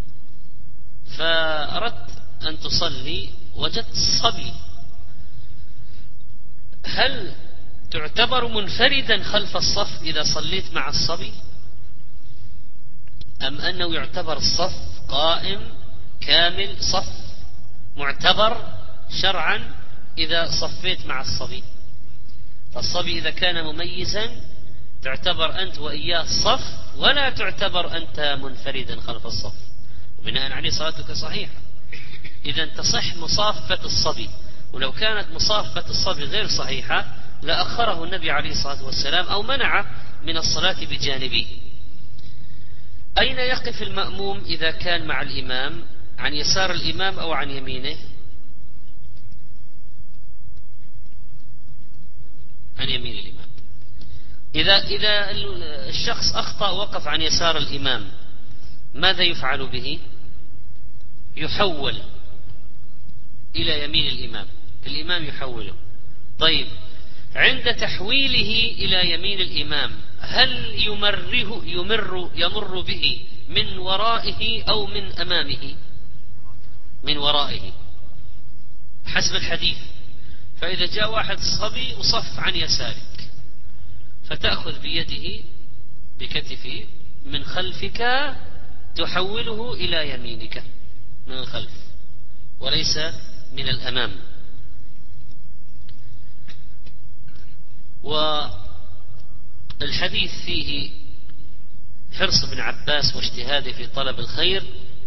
فأردت أن تصلي وجدت الصبي، هل تعتبر منفردا خلف الصف إذا صليت مع الصبي، أم أنه يعتبر الصف قائم كامل، صف معتبر شرعا إذا صفيت مع الصبي؟ فالصبي إذا كان مميزا تعتبر أنت وإياه صف، ولا تعتبر أنت منفردا خلف الصف، وبناء عليه صلاتك صحيحة. إذا تصح مصافة الصبي، ولو كانت مصافة الصبي غير صحيحة لأخره النبي عليه الصلاة والسلام أو منع من الصلاة بجانبه. أين يقف المأموم إذا كان مع الإمام؟ عن يسار الإمام أو عن يمينه؟ عن يمين الإمام. إذا الشخص أخطأ وقف عن يسار الإمام ماذا يفعل به؟ يحول إلى يمين الإمام، الإمام يحوله. طيب، عند تحويله إلى يمين الإمام هل يمر به من ورائه أو من أمامه؟ من ورائه حسب الحديث. فإذا جاء واحد صبي وصف عن يسارك فتأخذ بيده بكتفه من خلفك تحوله إلى يمينك من الخلف وليس من الأمام. والحديث فيه حرص ابن عباس واجتهاده في طلب الخير،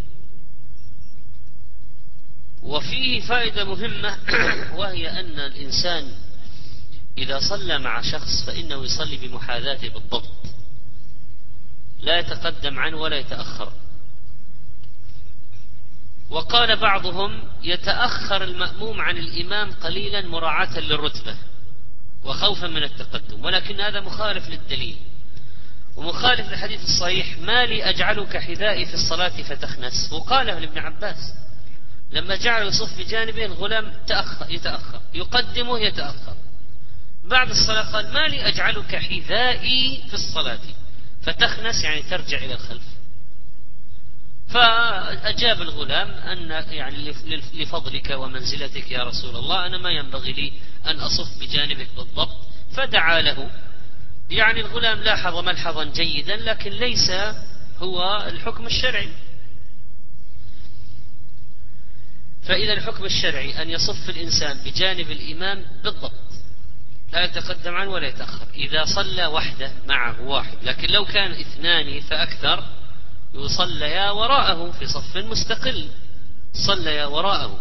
وفيه فائدة مهمة وهي أن الإنسان إذا صلى مع شخص فإنه يصلي بمحاذاته بالضبط، لا يتقدم عنه ولا يتأخر. وقال بعضهم يتأخر المأموم عن الإمام قليلا مراعاة للرتبة وخوفا من التقدم، ولكن هذا مخالف للدليل ومخالف للحديث الصحيح: ما لي أجعلك حذائي في الصلاة فتخنس. وقاله لابن عباس لما جعل يصف بجانبه الغلام يتأخر، يقدمه يتأخر، بعد الصلاة قال: ما لي أجعلك حذائي في الصلاة فتخنس، يعني ترجع إلى الخلف. فأجاب الغلام أن يعني لفضلك ومنزلتك يا رسول الله أنا ما ينبغي لي أن أصف بجانبك بالضبط، فدعا له. يعني الغلام لاحظ ملحظا جيدا، لكن ليس هو الحكم الشرعي. فإذا الحكم الشرعي أن يصف الإنسان بجانب الإمام بالضبط، لا يتقدم عنه ولا يتأخر. إذا صلى وحده معه واحد، لكن لو كان اثنان فأكثر يصليا وراءه في صف مستقل، صليا وراءه،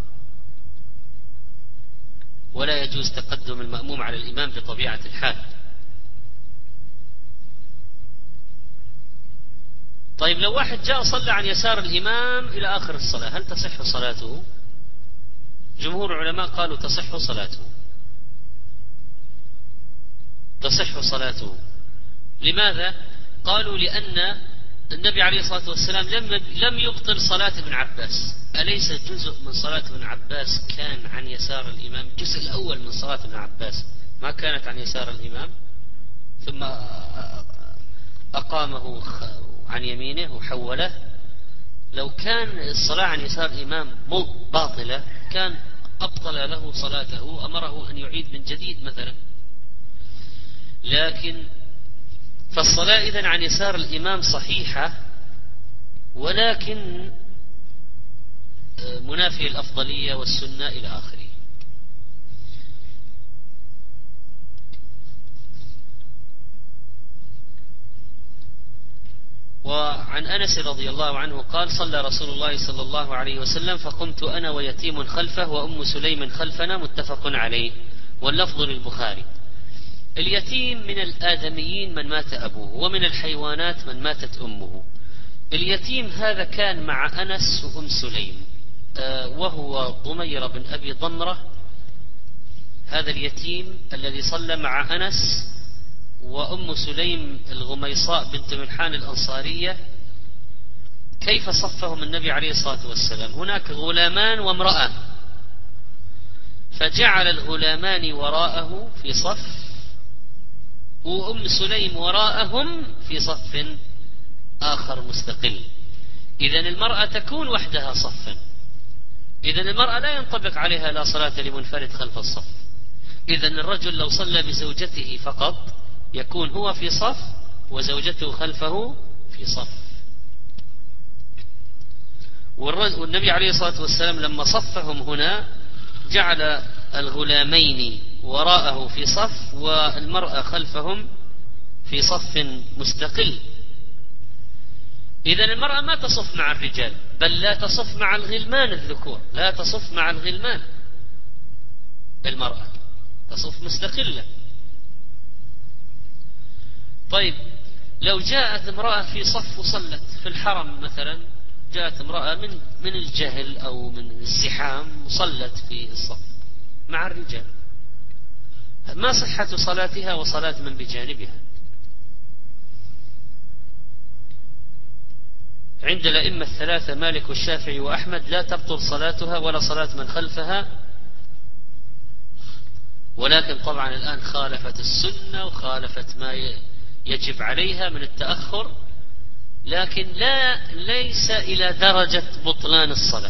ولا يجوز تقدم المأموم على الإمام بطبيعة الحال. طيب لو واحد جاء صلى عن يسار الإمام إلى آخر الصلاة، هل تصح صلاته؟ جمهور العلماء قالوا تصح صلاته، تصح صلاته. لماذا؟ قالوا لأن النبي عليه الصلاة والسلام لم يبطل صلاة ابن عباس. أليس جزء من صلاة ابن عباس كان عن يسار الإمام؟ الجزء الأول من صلاة ابن عباس ما كانت عن يسار الإمام، ثم أقامه عن يمينه وحوله. لو كان الصلاة عن يسار الإمام باطلة كان أبطل له صلاته، أمره أن يعيد من جديد مثلا. لكن فالصلاة إذن عن يسار الإمام صحيحة، ولكن منافي الأفضلية والسنة إلى آخره. وعن أنس رضي الله عنه قال صلى رسول الله صلى الله عليه وسلم فقمت أنا ويتيم خلفه وأم سليم خلفنا، متفق عليه، واللفظ للبخاري. اليتيم من الآدميين من مات أبوه، ومن الحيوانات من ماتت أمه. اليتيم هذا كان مع أنس وأم سليم، وهو ضمير بن أبي ضمرة. هذا اليتيم الذي صلى مع أنس وأم سليم الغميصاء بنت ملحان الأنصارية، كيف صفهم النبي عليه الصلاة والسلام؟ هناك غلامان وامرأة، فجعل الغلامان وراءه في صف، وأم سليم وراءهم في صف آخر مستقل. إذن المرأة تكون وحدها صفا، إذن المرأة لا ينطبق عليها لا صلاة لمنفرد خلف الصف. إذن الرجل لو صلى بزوجته فقط يكون هو في صف وزوجته خلفه في صف. والنبي عليه الصلاة والسلام لما صفهم هنا جعل الغلامين وراءه في صف والمرأة خلفهم في صف مستقل. إذن المرأة ما تصف مع الرجال، بل لا تصف مع الغلمان الذكور، لا تصف مع الغلمان. المرأة تصف مستقلة. طيب لو جاءت امرأة في صف وصلت في الحرم مثلا، جاءت امرأة من الجهل أو من الزحام وصلت في الصف مع الرجال، ما صحة صلاتها وصلاة من بجانبها؟ عند الأئمة الثلاثة مالك والشافعي وأحمد لا تبطل صلاتها ولا صلاة من خلفها، ولكن طبعا الآن خالفت السنة وخالفت ما يجب عليها من التأخر، لكن ليس إلى درجة بطلان الصلاة.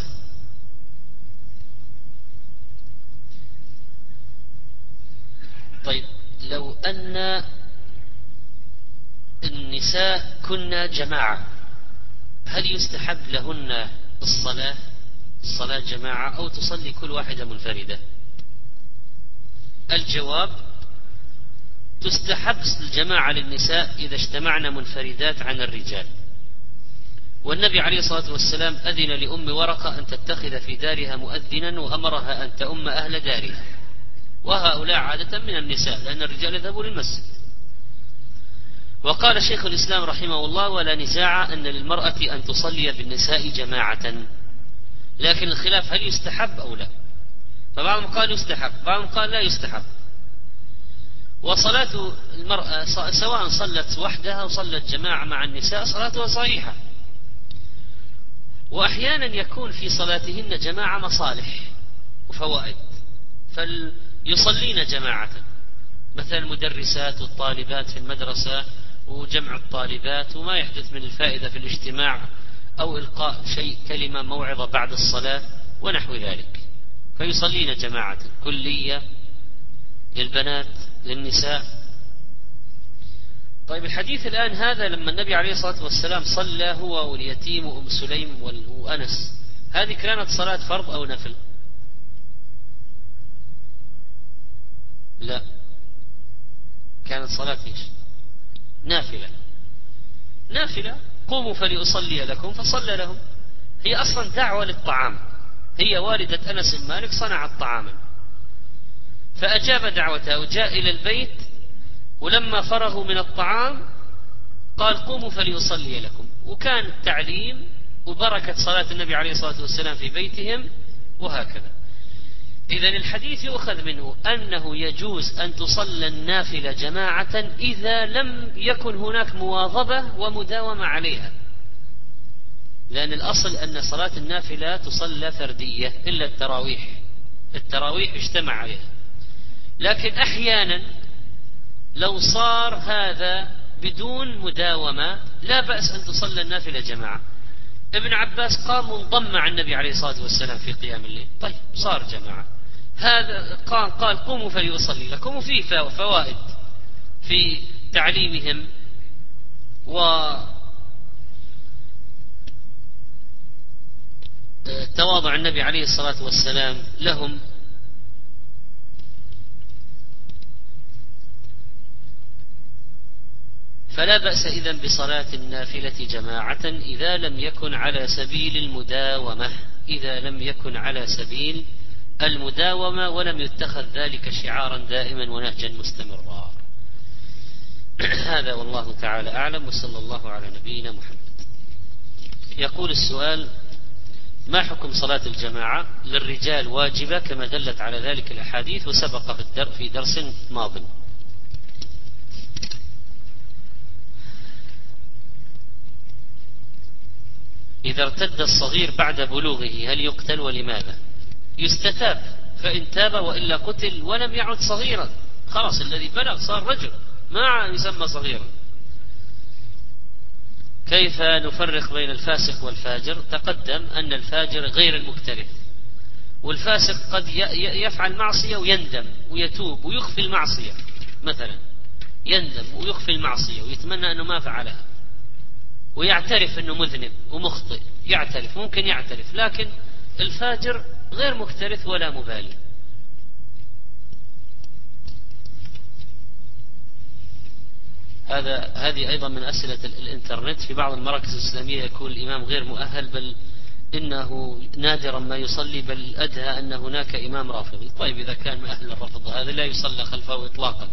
طيب لو أن النساء كنا جماعة، هل يستحب لهن الصلاة جماعة أو تصلي كل واحدة منفردة؟ الجواب تستحب الجماعة للنساء إذا اجتمعن منفردات عن الرجال. والنبي عليه الصلاة والسلام أذن لأم ورقة أن تتخذ في دارها مؤذنا وأمرها أن تؤم أهل دارها، وهؤلاء عادة من النساء لأن الرجال يذهبوا للمسجد. وقال شيخ الإسلام رحمه الله ولا نزاع أن للمرأة أن تصلي بالنساء جماعة، لكن الخلاف هل يستحب أو لا. فبعضهم قال يستحب، بعضهم قال لا يستحب. وصلاة المرأة سواء صلت وحدها أو صلت جماعة مع النساء صلاتها صحيحة. وأحيانا يكون في صلاتهن جماعة مصالح وفوائد فيصلين جماعة، مثلا المدرسات والطالبات في المدرسة وجمع الطالبات، وما يحدث من الفائدة في الاجتماع أو إلقاء شيء كلمة موعظة بعد الصلاة ونحو ذلك، فيصلين جماعة كلية للبنات للنساء. طيب الحديث الآن هذا لما النبي عليه الصلاة والسلام صلى هو واليتيم وأم سليم وأنس، هذه كانت صلاة فرض أو نفل؟ لا، كانت صلاة ايش؟ نافلة. نافلة، قوموا فليصلي لكم فصلى لهم. هي أصلا دعوة للطعام، هي والدة أنس بن مالك صنعت طعاما فأجاب دعوتها وجاء إلى البيت، ولما فرغوا من الطعام قال قوموا فليصلي لكم، وكان تعليم وبركة صلاة النبي عليه الصلاة والسلام في بيتهم وهكذا. إذن الحديث يؤخذ منه أنه يجوز أن تصلى النافلة جماعة إذا لم يكن هناك مواظبة ومداومة عليها، لأن الأصل أن صلاة النافلة تصلى فردية إلا التراويح، التراويح اجتمع عليها. لكن أحيانا لو صار هذا بدون مداومة لا بأس أن تصلى النافلة جماعة. ابن عباس قام وانضم مع النبي عليه الصلاة والسلام في قيام الليل، طيب صار جماعة. هذا قال قوموا فليصلي لكم، وفيه فوائد في تعليمهم وتواضع النبي عليه الصلاة والسلام لهم. فلا بأس إذن بصلاة النافلة جماعة إذا لم يكن على سبيل المداومة، إذا لم يكن على سبيل المداومة ولم يتخذ ذلك شعارا دائما ونهجا مستمرا. هذا والله تعالى أعلم، وصلى الله على نبينا محمد. يقول السؤال: ما حكم صلاة الجماعة؟ للرجال واجبة كما دلت على ذلك الأحاديث وسبق في درس ماض. إذا ارتد الصغير بعد بلوغه هل يقتل ولماذا؟ يستتاب، فإن تاب وإلا قتل ولم يعد صغيرا، خلاص الذي بلغ صار رجل ما يسمى صغيرا. كيف نفرق بين الفاسق والفاجر؟ تقدم أن الفاجر غير المكترث، والفاسق قد يفعل معصية ويندم ويتوب ويخفي المعصية، مثلا يندم ويخفي المعصية ويتمنى أنه ما فعلها، ويعترف أنه مذنب ومخطئ، يعترف ممكن يعترف، لكن الفاجر غير مكترث ولا مبالي. هذه أيضا من أسئلة الإنترنت. في بعض المراكز الإسلامية يكون الإمام غير مؤهل، بل إنه نادرا ما يصلي، بل أدهى أن هناك إمام رافضي. طيب إذا كان من أهل الرفض هذا لا يصلى خلفه إطلاقا.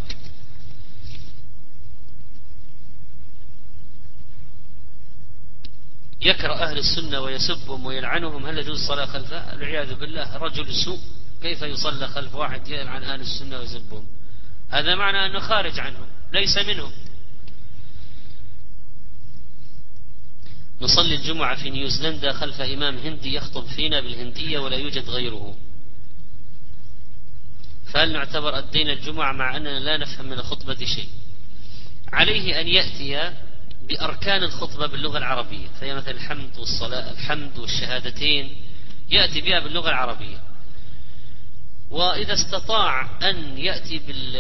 يكره أهل السنة ويسبهم ويلعنهم، هل يجوز الصلاة خلفه؟ العياذ بالله، رجل سوء، كيف يصلى خلف واحد يلعن أهل السنة ويسبهم؟ هذا معنى أنه خارج عنهم ليس منهم. نصلي الجمعة في نيوزيلندا خلف إمام هندي يخطب فينا بالهندية ولا يوجد غيره، فهل نعتبر أدينا الجمعة مع أننا لا نفهم من الخطبة شيء؟ عليه أن يأتي بأركان الخطبة باللغة العربية، فهي مثل الحمد والصلاة، الحمد والشهادتين، يأتي بها باللغة العربية. وإذا استطاع أن يأتي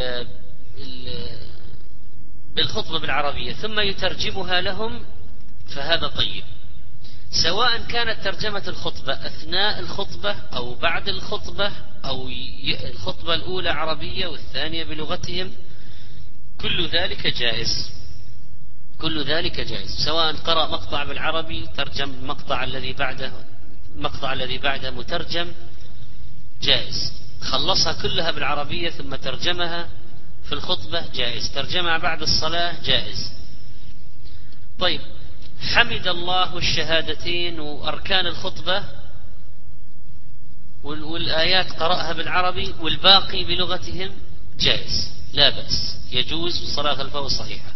بالخطبة بالعربية ثم يترجمها لهم فهذا طيب، سواء كانت ترجمة الخطبة أثناء الخطبة أو بعد الخطبة، أو الخطبة الأولى عربية والثانية بلغتهم، كل ذلك جائز، كل ذلك جائز. سواء قرأ مقطع بالعربي ترجم المقطع الذي بعده مترجم، جائز. خلصها كلها بالعربية ثم ترجمها في الخطبة، جائز. ترجمها بعد الصلاة، جائز. طيب، حمد الله والشهادتين وأركان الخطبة والآيات قرأها بالعربي والباقي بلغتهم، جائز، لا بأس، يجوز الصلاة خلفه صحيحة.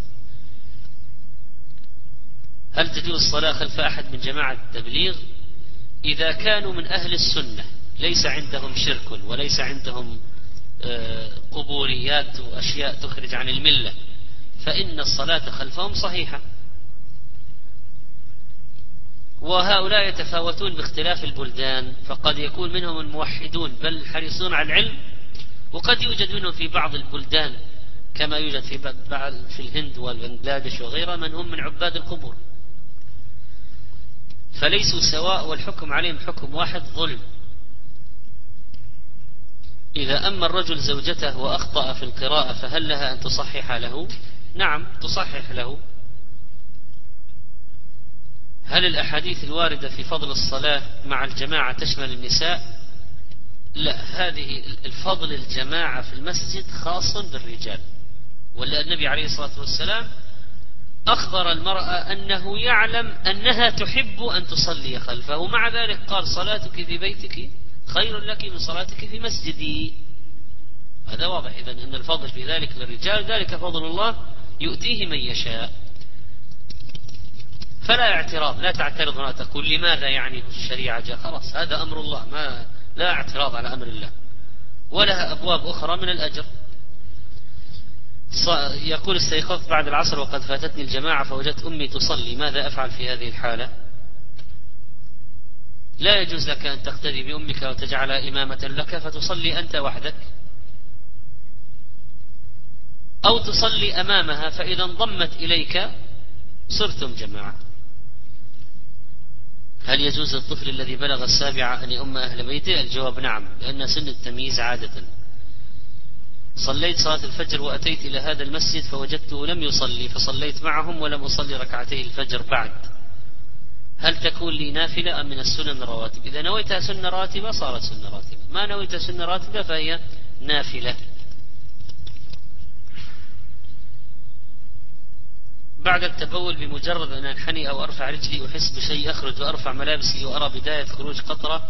هل تجوز الصلاة خلف أحد من جماعة التبليغ؟ إذا كانوا من أهل السنة ليس عندهم شرك وليس عندهم قبوريات وأشياء تخرج عن الملة، فإن الصلاة خلفهم صحيحة. وهؤلاء يتفاوتون باختلاف البلدان، فقد يكون منهم الموحدون بل حريصون على العلم، وقد يوجد منهم في بعض البلدان كما يوجد في الهند والبنغلاديش وغيرها من هم من عباد القبور، فليسوا سواء والحكم عليهم حكم واحد ظلم. إذا أما الرجل زوجته وأخطأ في القراءة فهل لها أن تصحح له؟ نعم تصحح له. هل الأحاديث الواردة في فضل الصلاة مع الجماعة تشمل النساء؟ لا، هذه الفضل الجماعة في المسجد خاص بالرجال، ولا النبي عليه الصلاة والسلام أخبر المرأة أنه يعلم أنها تحب أن تصلي خلفه، مع ذلك قال صلاتك في بيتك خير لك من صلاتك في مسجدي. هذا واضح إذن أن الفضل في ذلك للرجال، ذلك فضل الله يؤتيه من يشاء. فلا اعتراض، لا تعترض ولا تقول لماذا يعني الشريعة جاء، خلاص هذا أمر الله، لا اعتراض على أمر الله، ولها أبواب أخرى من الأجر. يقول استيقظت بعد العصر وقد فاتتني الجماعة فوجدت أمي تصلي، ماذا أفعل في هذه الحالة؟ لا يجوز لك أن تقتدي بأمك وتجعل إمامة لك فتصلي أنت وحدك، أو تصلي أمامها، فإذا انضمت إليك صرتم جماعة. هل يجوز للطفل الذي بلغ السابعة أن يؤم أهل بيته؟ الجواب نعم، لأن سن التمييز عادة. صليت صلاة الفجر وأتيت إلى هذا المسجد فوجدته لم يصلي فصليت معهم ولم أصلي ركعتي الفجر بعد، هل تكون لي نافلة أم من السنن الرواتب؟ إذا نويتها سنة راتبة صارت سنة راتبة، ما نويتها سنة راتبة فهي نافلة. بعد التبول بمجرد أن أنحني أو أرفع رجلي أحس بشيء يخرج وأرفع ملابسي وأرى بداية خروج قطرة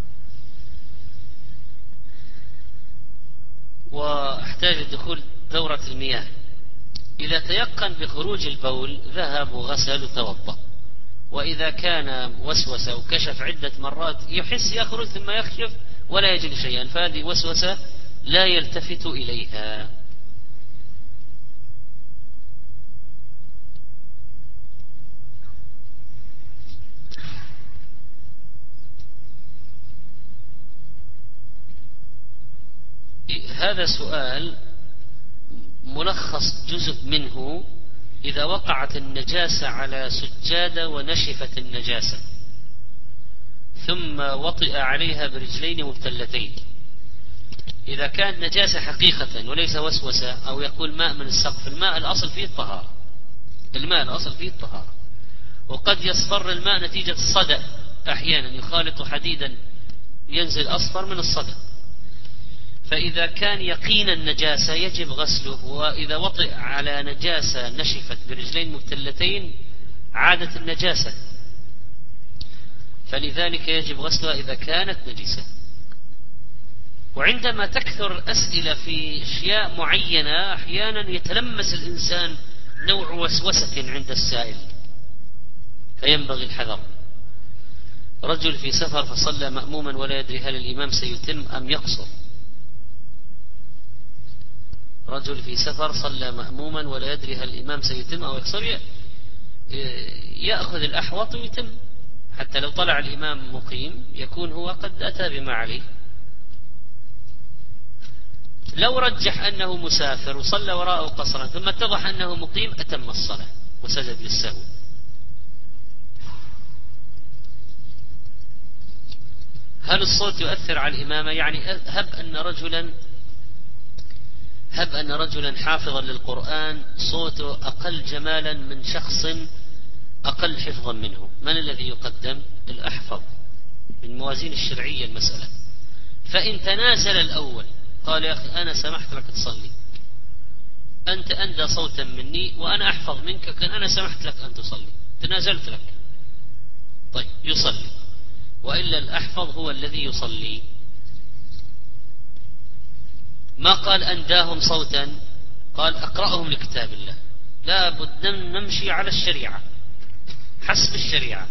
وأحتاج لدخول دورة المياه، إذا تيقن بخروج البول ذهب وغسل وتوضأ، وإذا كان وسوسة وكشف عدة مرات يحس يخرج ثم يكشف ولا يجد شيئا فهذه وسوسة لا يلتفت إليها. هذا سؤال ملخص جزء منه: إذا وقعت النجاسة على سجادة ونشفت النجاسة ثم وطئ عليها برجلين مبتلتين، إذا كان نجاسة حقيقة وليس وسوسة أو يقول ماء من السقف، الماء الأصل فيه الطهارة، الماء الأصل فيه الطهارة، وقد يصفر الماء نتيجة الصدأ، أحيانا يخالط حديدا ينزل أصفر من الصدأ، فإذا كان يقين النجاسة يجب غسله، وإذا وطئ على نجاسة نشفت برجلين مبتلتين عادت النجاسة، فلذلك يجب غسلها إذا كانت نجسة. وعندما تكثر الأسئلة في أشياء معينة أحيانا يتلمس الإنسان نوع وسوسة عند السائل فينبغي الحذر. رجل في سفر فصلى مأموما ولا يدري هل الإمام سيتم أم يقصر. رجل في سفر صلى مأموما ولا يدري هل الإمام سيتم أو يقصر، يأخذ الأحوط ويتم، حتى لو طلع الإمام مقيم يكون هو قد أتى بما عليه. لو رجح أنه مسافر وصلى وراءه قصرا ثم اتضح أنه مقيم أتم الصلاة وسجد للسهو. هل الصوت يؤثر على الإمامة؟ يعني هب أن رجلا حافظا للقرآن صوته أقل جمالا من شخص أقل حفظا منه، من الذي يقدم؟ الأحفظ بالموازين الشرعية المسألة. فإن تنازل الأول قال يا أخي أنا سمحت لك تصلي، أنت أندى صوتا مني وأنا أحفظ منك، كان أنا سمحت لك أن تصلي، تنازلت لك، طيب يصلي، وإلا الأحفظ هو الذي يصلي. ما قال أنداهم صوتا، قال أقرأهم لكتاب الله، لا بد نمشي على الشريعة حسب الشريعة.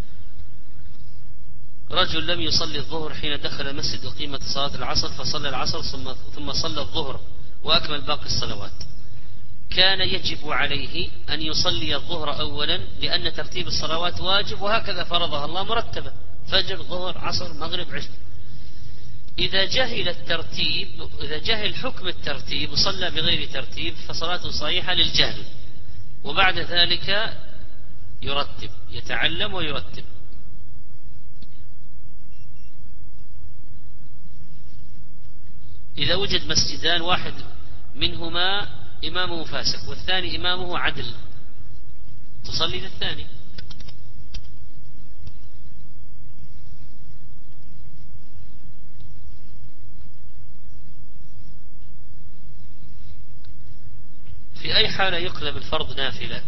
رجل لم يصلي الظهر حين دخل المسجد وقيمة صلاة العصر، فصلى العصر ثم صلى الظهر وأكمل باقي الصلوات، كان يجب عليه أن يصلي الظهر أولا، لأن ترتيب الصلوات واجب، وهكذا فرضها الله مرتبة: فجر، ظهر، عصر، مغرب، عشاء. إذا جهل حكم الترتيب وصلى بغير ترتيب فصلاته صحيحة للجهل، وبعد ذلك يرتب، يتعلم ويرتب. إذا وجد مسجدان، واحد منهما إمامه فاسق والثاني إمامه عدل، تصلي للثاني. في أي حالة يقلب الفرض نافلة؟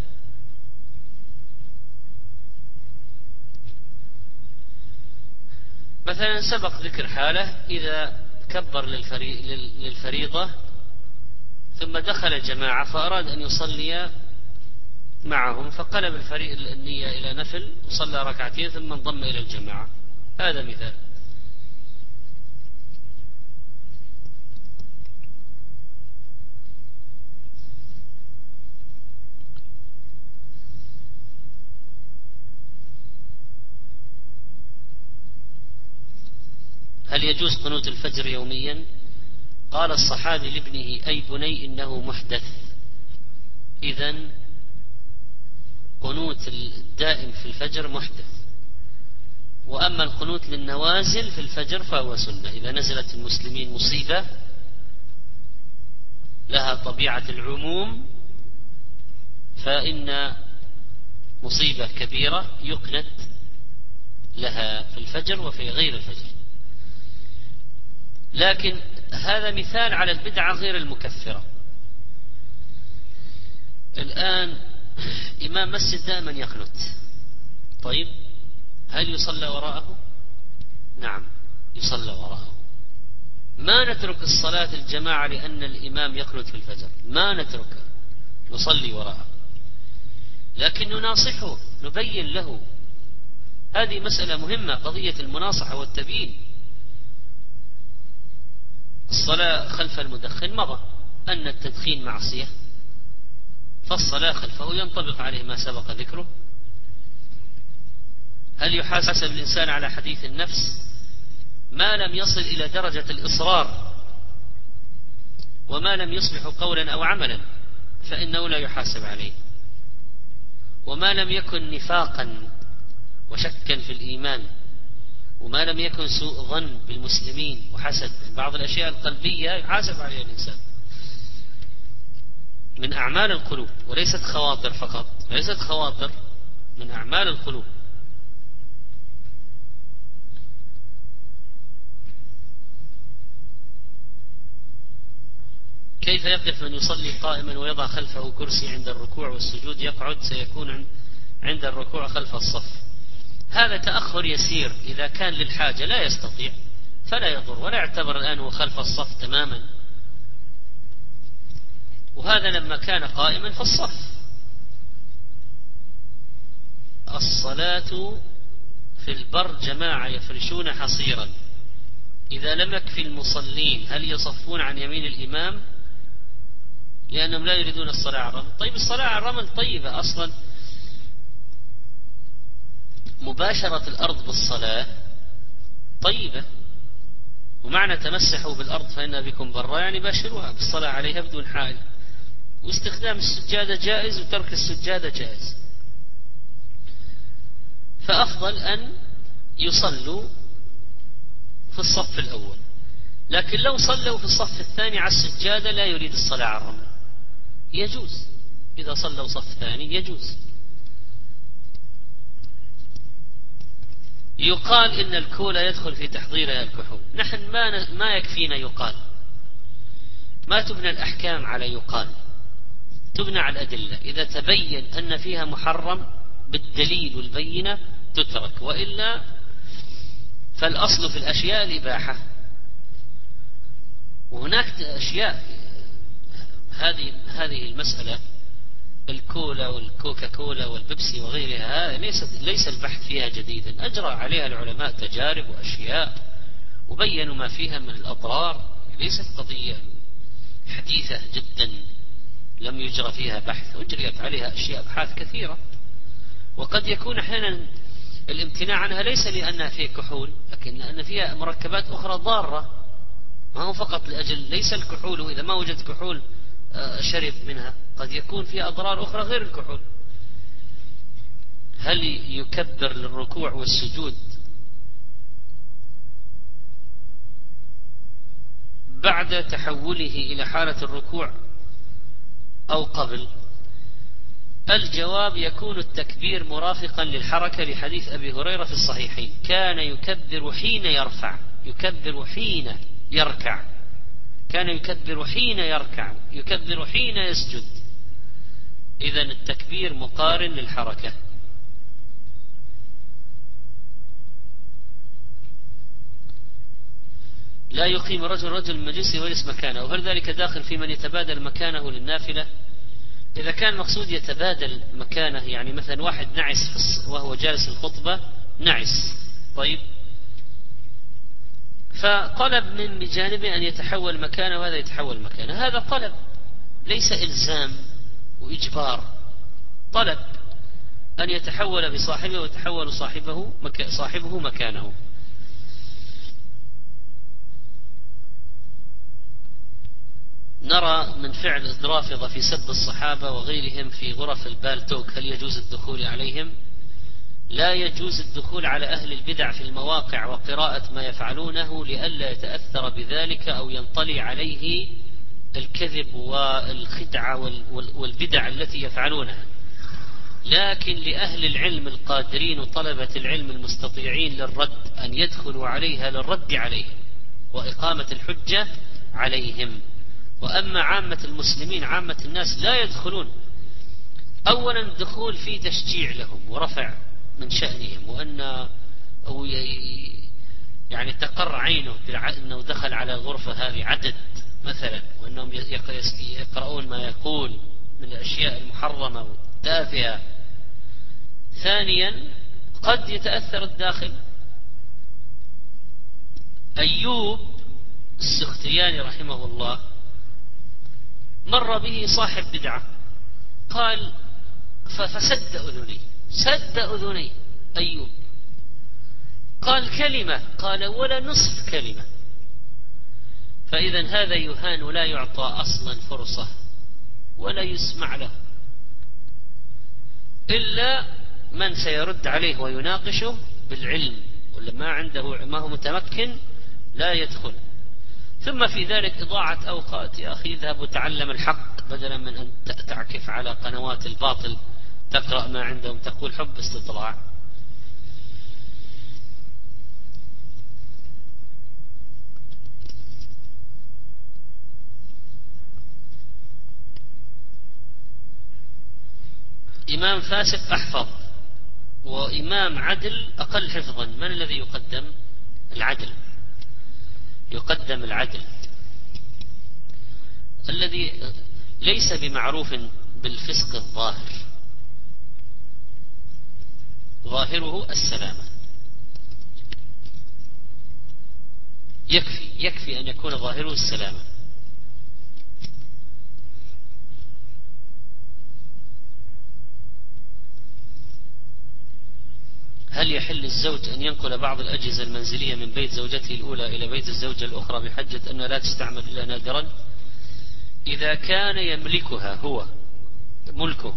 مثلا سبق ذكر حالة إذا كبر للفريضة ثم دخل جماعة فأراد أن يصلي معهم، فقلب النية إلى نفل وصلى ركعتين ثم انضم إلى الجماعة. هذا مثال. هل يجوز قنوت الفجر يوميا؟ قال الصحابي لابنه: أي بني إنه محدث. إذن قنوت الدائم في الفجر محدث، وأما القنوت للنوازل في الفجر فهو سنة. إذا نزلت المسلمين مصيبة لها طبيعة العموم فإن مصيبة كبيرة يقنت لها في الفجر وفي غير الفجر. لكن هذا مثال على البدعة غير المكفرة. الآن إمام مسجد دائما يقنت، طيب هل يصلى وراءه؟ نعم يصلى وراءه. ما نترك الصلاة الجماعة لأن الإمام يقنت في الفجر، ما نتركها، نصلي وراءه، لكن نناصحه، نبين له. هذه مسألة مهمة، قضية المناصحة والتبيين. الصلاة خلف المدخن مضى أن التدخين معصية، فالصلاة خلفه ينطبق عليه ما سبق ذكره. هل يحاسب الإنسان على حديث النفس؟ ما لم يصل إلى درجة الإصرار وما لم يصبح قولا أو عملا فإنه لا يحاسب عليه، وما لم يكن نفاقا وشكا في الإيمان، وما لم يكن سوء ظن بالمسلمين وحسد، بعض الأشياء القلبية يحاسب عليها الإنسان من أعمال القلوب وليست خواطر فقط، ليست خواطر، من أعمال القلوب. كيف يقف من يصلي قائما ويضع خلفه كرسي عند الركوع والسجود؟ يقعد، سيكون عند الركوع خلف الصف. هذا تأخر يسير، إذا كان للحاجة لا يستطيع فلا يضر، ولا يعتبر الآن هو خلف الصف تماما. وهذا لما كان قائما في الصف. الصلاة في البر جماعة يفرشون حصيرا، إذا لم يكفي المصلين هل يصفون عن يمين الإمام لأنهم لا يريدون الصلاة على الرمل؟ طيب الصلاة على الرمل طيبة أصلا، مباشرة الأرض بالصلاة طيبة، ومعنى تمسحوا بالأرض فإنها بكم برا يعني باشروها بالصلاة عليها بدون حائل، واستخدام السجادة جائز وترك السجادة جائز. فأفضل أن يصلوا في الصف الأول، لكن لو صلوا في الصف الثاني على السجادة لا يريد الصلاة على الرمل يجوز، إذا صلوا صف ثاني يجوز. يقال إن الكولا يدخل في تحضيرها الكحول، نحن ما يكفينا يقال، ما تبنى الأحكام على يقال، تبنى على الأدلة. إذا تبين أن فيها محرم بالدليل والبينة تترك، وإلا فالأصل في الأشياء الإباحة. وهناك أشياء، هذه المسألة الكولا والكوكا كولا والبيبسي وغيرها ليس البحث فيها جديدا، أجرى عليها العلماء تجارب وأشياء وبينوا ما فيها من الأضرار، ليست قضية حديثة جدا لم يجرى فيها بحث، أجريت عليها أشياء أبحاث كثيرة، وقد يكون أحيانا الامتناع عنها ليس لأنها فيها كحول، لكن لأن فيها مركبات أخرى ضارة، ما هو فقط لأجل ليس الكحول، وإذا ما وجد كحول شرب منها، قد يكون فيها أضرار أخرى غير الكحول. هل يكبر للركوع والسجود بعد تحوله إلى حالة الركوع أو قبل؟ الجواب: يكون التكبير مرافقا للحركة، لحديث أبي هريرة في الصحيحين: كان يكبر حين يرفع، يكبر حين يركع، كان يكبر حين يركع، يكبر حين يسجد. إذن التكبير مقارن للحركة. لا يقيم رجل مجلسه ويجلس مكانه، وهل ذلك داخل في من يتبادل مكانه للنافلة؟ إذا كان المقصود يتبادل مكانه، يعني مثلا واحد نعس وهو جالس الخطبة نعس، طيب، فطلب من بجانبه أن يتحول مكانه وهذا يتحول مكانه، هذا طلب ليس إلزام وإجبار، طلب أن يتحول بصاحبه ويتحول صاحبه مكانه. نرى من فعل الرافضة في سب الصحابة وغيرهم في غرف البالتوك، هل يجوز الدخول عليهم؟ لا يجوز الدخول على أهل البدع في المواقع وقراءة ما يفعلونه، لئلا يتأثر بذلك أو ينطلي عليه الكذب والخدعة والبدع التي يفعلونها. لكن لأهل العلم القادرين وطلبة العلم المستطيعين للرد أن يدخلوا عليها للرد عليهم وإقامة الحجة عليهم. وأما عامة المسلمين، عامة الناس لا يدخلون. أولا الدخول في تشجيع لهم ورفع من شأنهم، وأن يعني تقر عينه أنه دخل على الغرفة هذه عدد مثلا، وأنهم يقرؤون ما يقول من الأشياء المحرمة والتافهة. ثانيا قد يتأثر الداخل. أيوب السختياني رحمه الله مر به صاحب بدعة، قال فسد أذني، سد أذني أيوب، قال كلمة، قال ولا نصف كلمة. فإذا هذا يهان ولا يعطى أصلا فرصة ولا يسمع له، إلا من سيرد عليه ويناقشه بالعلم، ولا ما هو متمكن لا يدخل. ثم في ذلك إضاعة أوقات. يا أخي اذهب وتعلم الحق بدلا من أن تعكف على قنوات الباطل تقرأ ما عندهم، تقول حب استطلاع. إمام فاسق أحفظ وإمام عدل أقل حفظا، من الذي يقدم؟ العدل، يقدم العدل الذي ليس بمعروف بالفسق الظاهر، ظاهره السلامة، يكفي أن يكون ظاهره السلامة. هل يحل الزوج أن ينقل بعض الأجهزة المنزلية من بيت زوجته الأولى إلى بيت الزوجة الأخرى بحجة أنها لا تستعمل إلا نادرا؟ إذا كان يملكها هو ملكه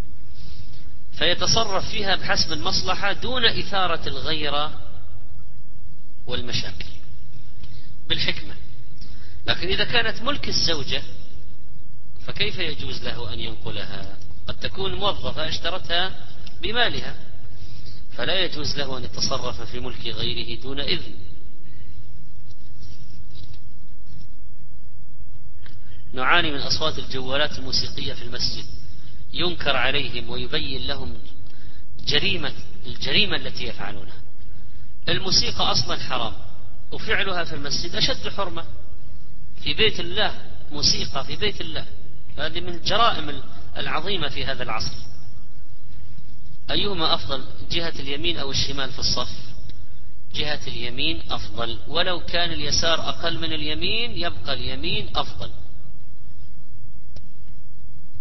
فيتصرف فيها بحسب المصلحة دون إثارة الغيرة والمشاكل بالحكمة. لكن إذا كانت ملك الزوجة فكيف يجوز له أن ينقلها؟ قد تكون موظفة اشترتها بمالها، فلا يجوز له أن يتصرف في ملك غيره دون إذن. نعاني من أصوات الجوالات الموسيقية في المسجد، ينكر عليهم ويبين لهم الجريمة التي يفعلونها. الموسيقى أصلا حرام، وفعلها في المسجد أشد حرمة. في بيت الله موسيقى في بيت الله، هذه من الجرائم العظيمة في هذا العصر. أيهما أفضل، جهة اليمين أو الشمال في الصف؟ جهة اليمين أفضل، ولو كان اليسار أقل من اليمين يبقى اليمين أفضل.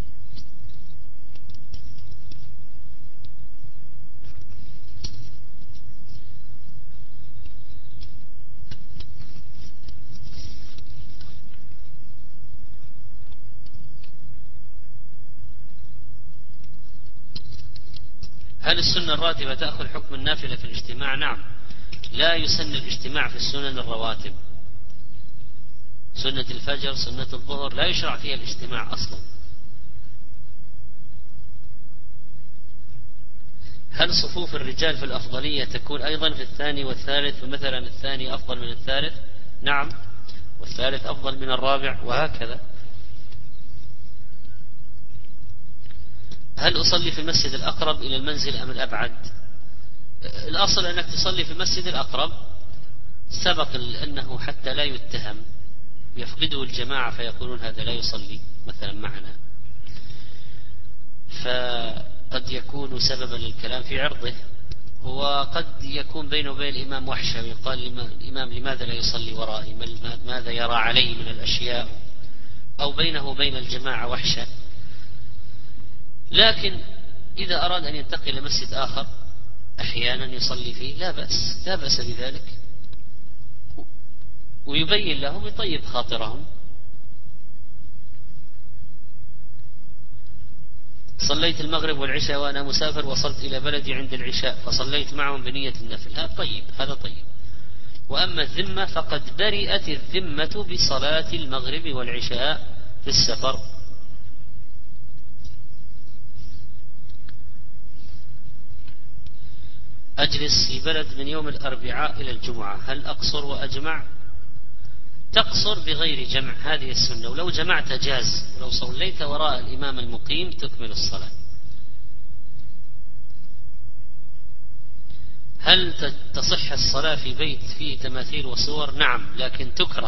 هل السنة الراتبة تأخذ حكم النافلة في الاجتماع؟ نعم، لا يسن الاجتماع في السنن الرواتب. سنة الفجر، سنة الظهر، لا يشرع فيها الاجتماع أصلا. هل صفوف الرجال في الأفضلية تكون أيضا في الثاني والثالث، ومثلا الثاني أفضل من الثالث؟ نعم، والثالث أفضل من الرابع، وهكذا. هل أصلي في المسجد الأقرب إلى المنزل أم الأبعد؟ الأصل أنك تصلي في المسجد الأقرب، سبق أنه حتى لا يتهم يفقده الجماعة فيقولون هذا لا يصلي مثلا معنا، فقد يكون سببا للكلام في عرضه، وقد يكون بينه وبين الإمام وحشة، ويقال الإمام لماذا لا يصلي ورائي، ماذا يرى علي من الأشياء، أو بينه وبين الجماعة وحشة. لكن إذا أراد أن ينتقل إلى مسجد آخر أحيانا يصلي فيه لا بأس بذلك، ويبين لهم، يطيب خاطرهم. صليت المغرب والعشاء وأنا مسافر، وصلت إلى بلدي عند العشاء فصليت معهم بنية النفل، هذا طيب. وأما الذمة فقد برئت الذمة بصلاة المغرب والعشاء في السفر. أجلس في بلد من يوم الأربعاء إلى الجمعة، هل أقصر وأجمع؟ تقصر بغير جمع، هذه السنة، ولو جمعت جاز، ولو صليت وراء الإمام المقيم تكمل الصلاة. هل تصح الصلاة في بيت فيه تماثيل وصور؟ نعم، لكن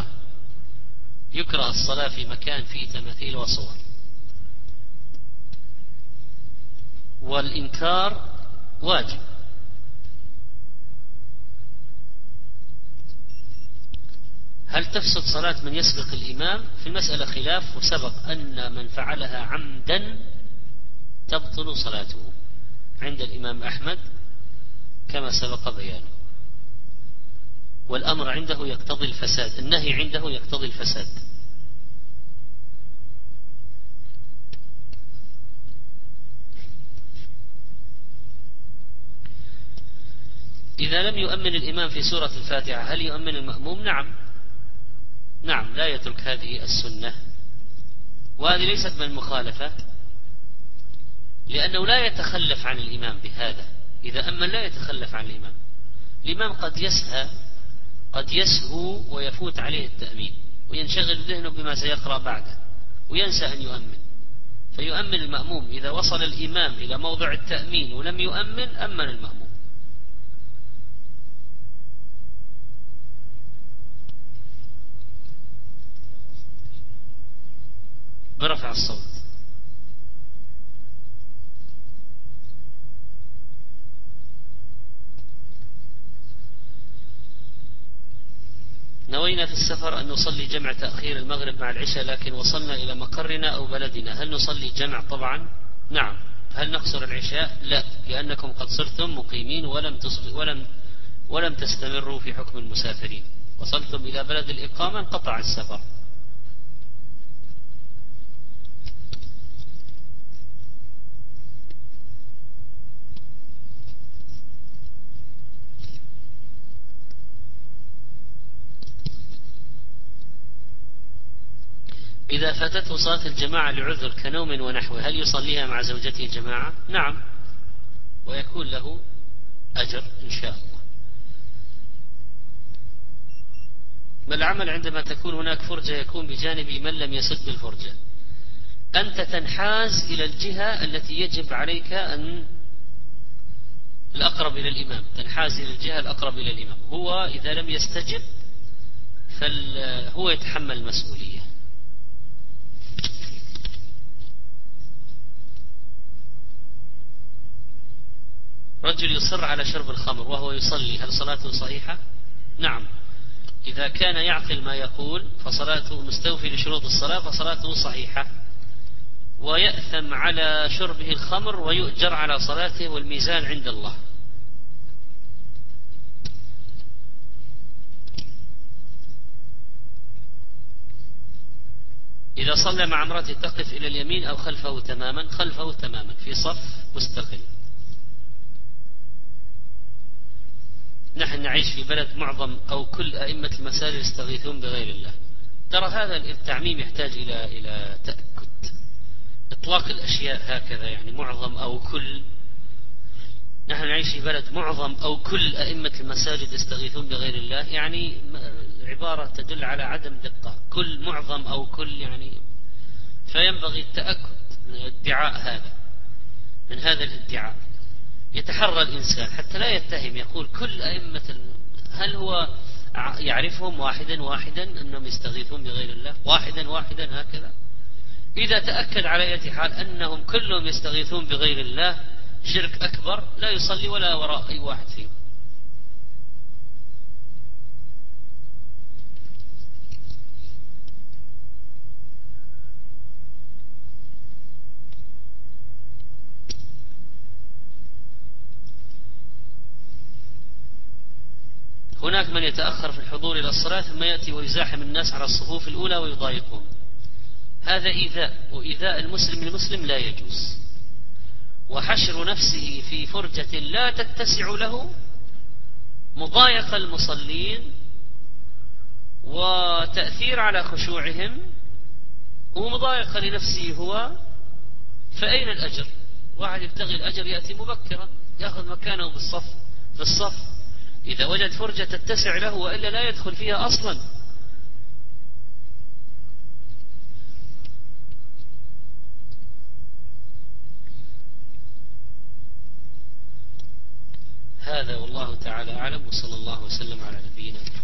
يكره الصلاة في مكان فيه تماثيل وصور، والإنكار واجب. هل تفسد صلاة من يسبق الإمام؟ في المسألة خلاف، وسبق أن من فعلها عمدا تبطل صلاته عند الإمام أحمد كما سبق بيانه، والأمر عنده يقتضي الفساد، النهي عنده يقتضي الفساد. إذا لم يؤمن الإمام في سورة الفاتحة هل يؤمن المأموم؟ نعم، لا يترك هذه السنة، وهذه ليست من المخالفة، لأنه لا يتخلف عن الإمام بهذا. إذا أمن لا يتخلف عن الإمام. الإمام قد يسهو ويفوت عليه التأمين، وينشغل ذهنه بما سيقرأ بعده وينسى أن يؤمن، فيؤمن المأموم. إذا وصل الإمام إلى موضع التأمين ولم يؤمن، أمن المأموم. برفع الصوت. نوينا في السفر أن نصلي جمع تأخير المغرب مع العشاء، لكن وصلنا إلى مقرنا أو بلدنا، هل نصلي جمع؟ طبعا نعم. هل نقصر العشاء؟ لا، لأنكم قد صرتم مقيمين ولم تستمروا في حكم المسافرين، وصلتم إلى بلد الإقامة انقطع السفر. إذا فاتته صلاة الجماعة لعذر كنوم ونحوه، هل يصليها مع زوجته جماعة؟ نعم، ويكون له أجر إن شاء الله. ما العمل عندما تكون هناك فرجة يكون بجانب من لم يسد الفرجة؟ أنت تنحاز إلى الجهة التي يجب عليك أن الأقرب إلى الإمام، تنحاز إلى الجهة الأقرب إلى الإمام. هو إذا لم يستجب فهو يتحمل المسؤولية. رجل يصر على شرب الخمر وهو يصلي، هل صلاته صحيحة؟ نعم، إذا كان يعقل ما يقول فصلاته مستوفي لشروط الصلاة فصلاته صحيحة، ويأثم على شربه الخمر ويؤجر على صلاته، والميزان عند الله. إذا صلى مع امرأة تقف إلى اليمين أو خلفه تماما؟ خلفه تماما في صف مستقل. نحن نعيش في بلد معظم أو كل أئمة المساجد يستغيثون بغير الله. ترى هذا التعميم يحتاج إلى تأكد. إطلاق الأشياء هكذا يعني معظم أو كل، نحن نعيش في بلد معظم أو كل أئمة المساجد يستغيثون بغير الله، يعني عبارة تدل على عدم دقة. كل معظم أو كل يعني، فينبغي التأكد من الادعاء هذا، من هذا الادعاء يتحرى الإنسان حتى لا يتهم يقول كل أئمة، هل هو يعرفهم واحدا واحدا أنهم يستغيثون بغير الله واحدا واحدا هكذا؟ إذا تأكد على أي حال أنهم كلهم يستغيثون بغير الله شرك أكبر، لا يصلي ولا وراء أي واحد فيهم. هناك من يتأخر في الحضور إلى الصلاة ثم يأتي ويزاحم الناس على الصفوف الأولى ويضايقهم، هذا إيذاء، وإيذاء المسلم المسلم لا يجوز، وحشر نفسه في فرجة لا تتسع له مضايق المصلين وتأثير على خشوعهم ومضايقة لنفسه هو، فأين الأجر؟ واحد يبتغي الأجر يأتي مبكرا يأخذ مكانه في الصف إذا وجد فرجة تتسع له، وإلا لا يدخل فيها أصلا. هذا والله تعالى أعلم، وصلى الله وسلم على نبينا محمد.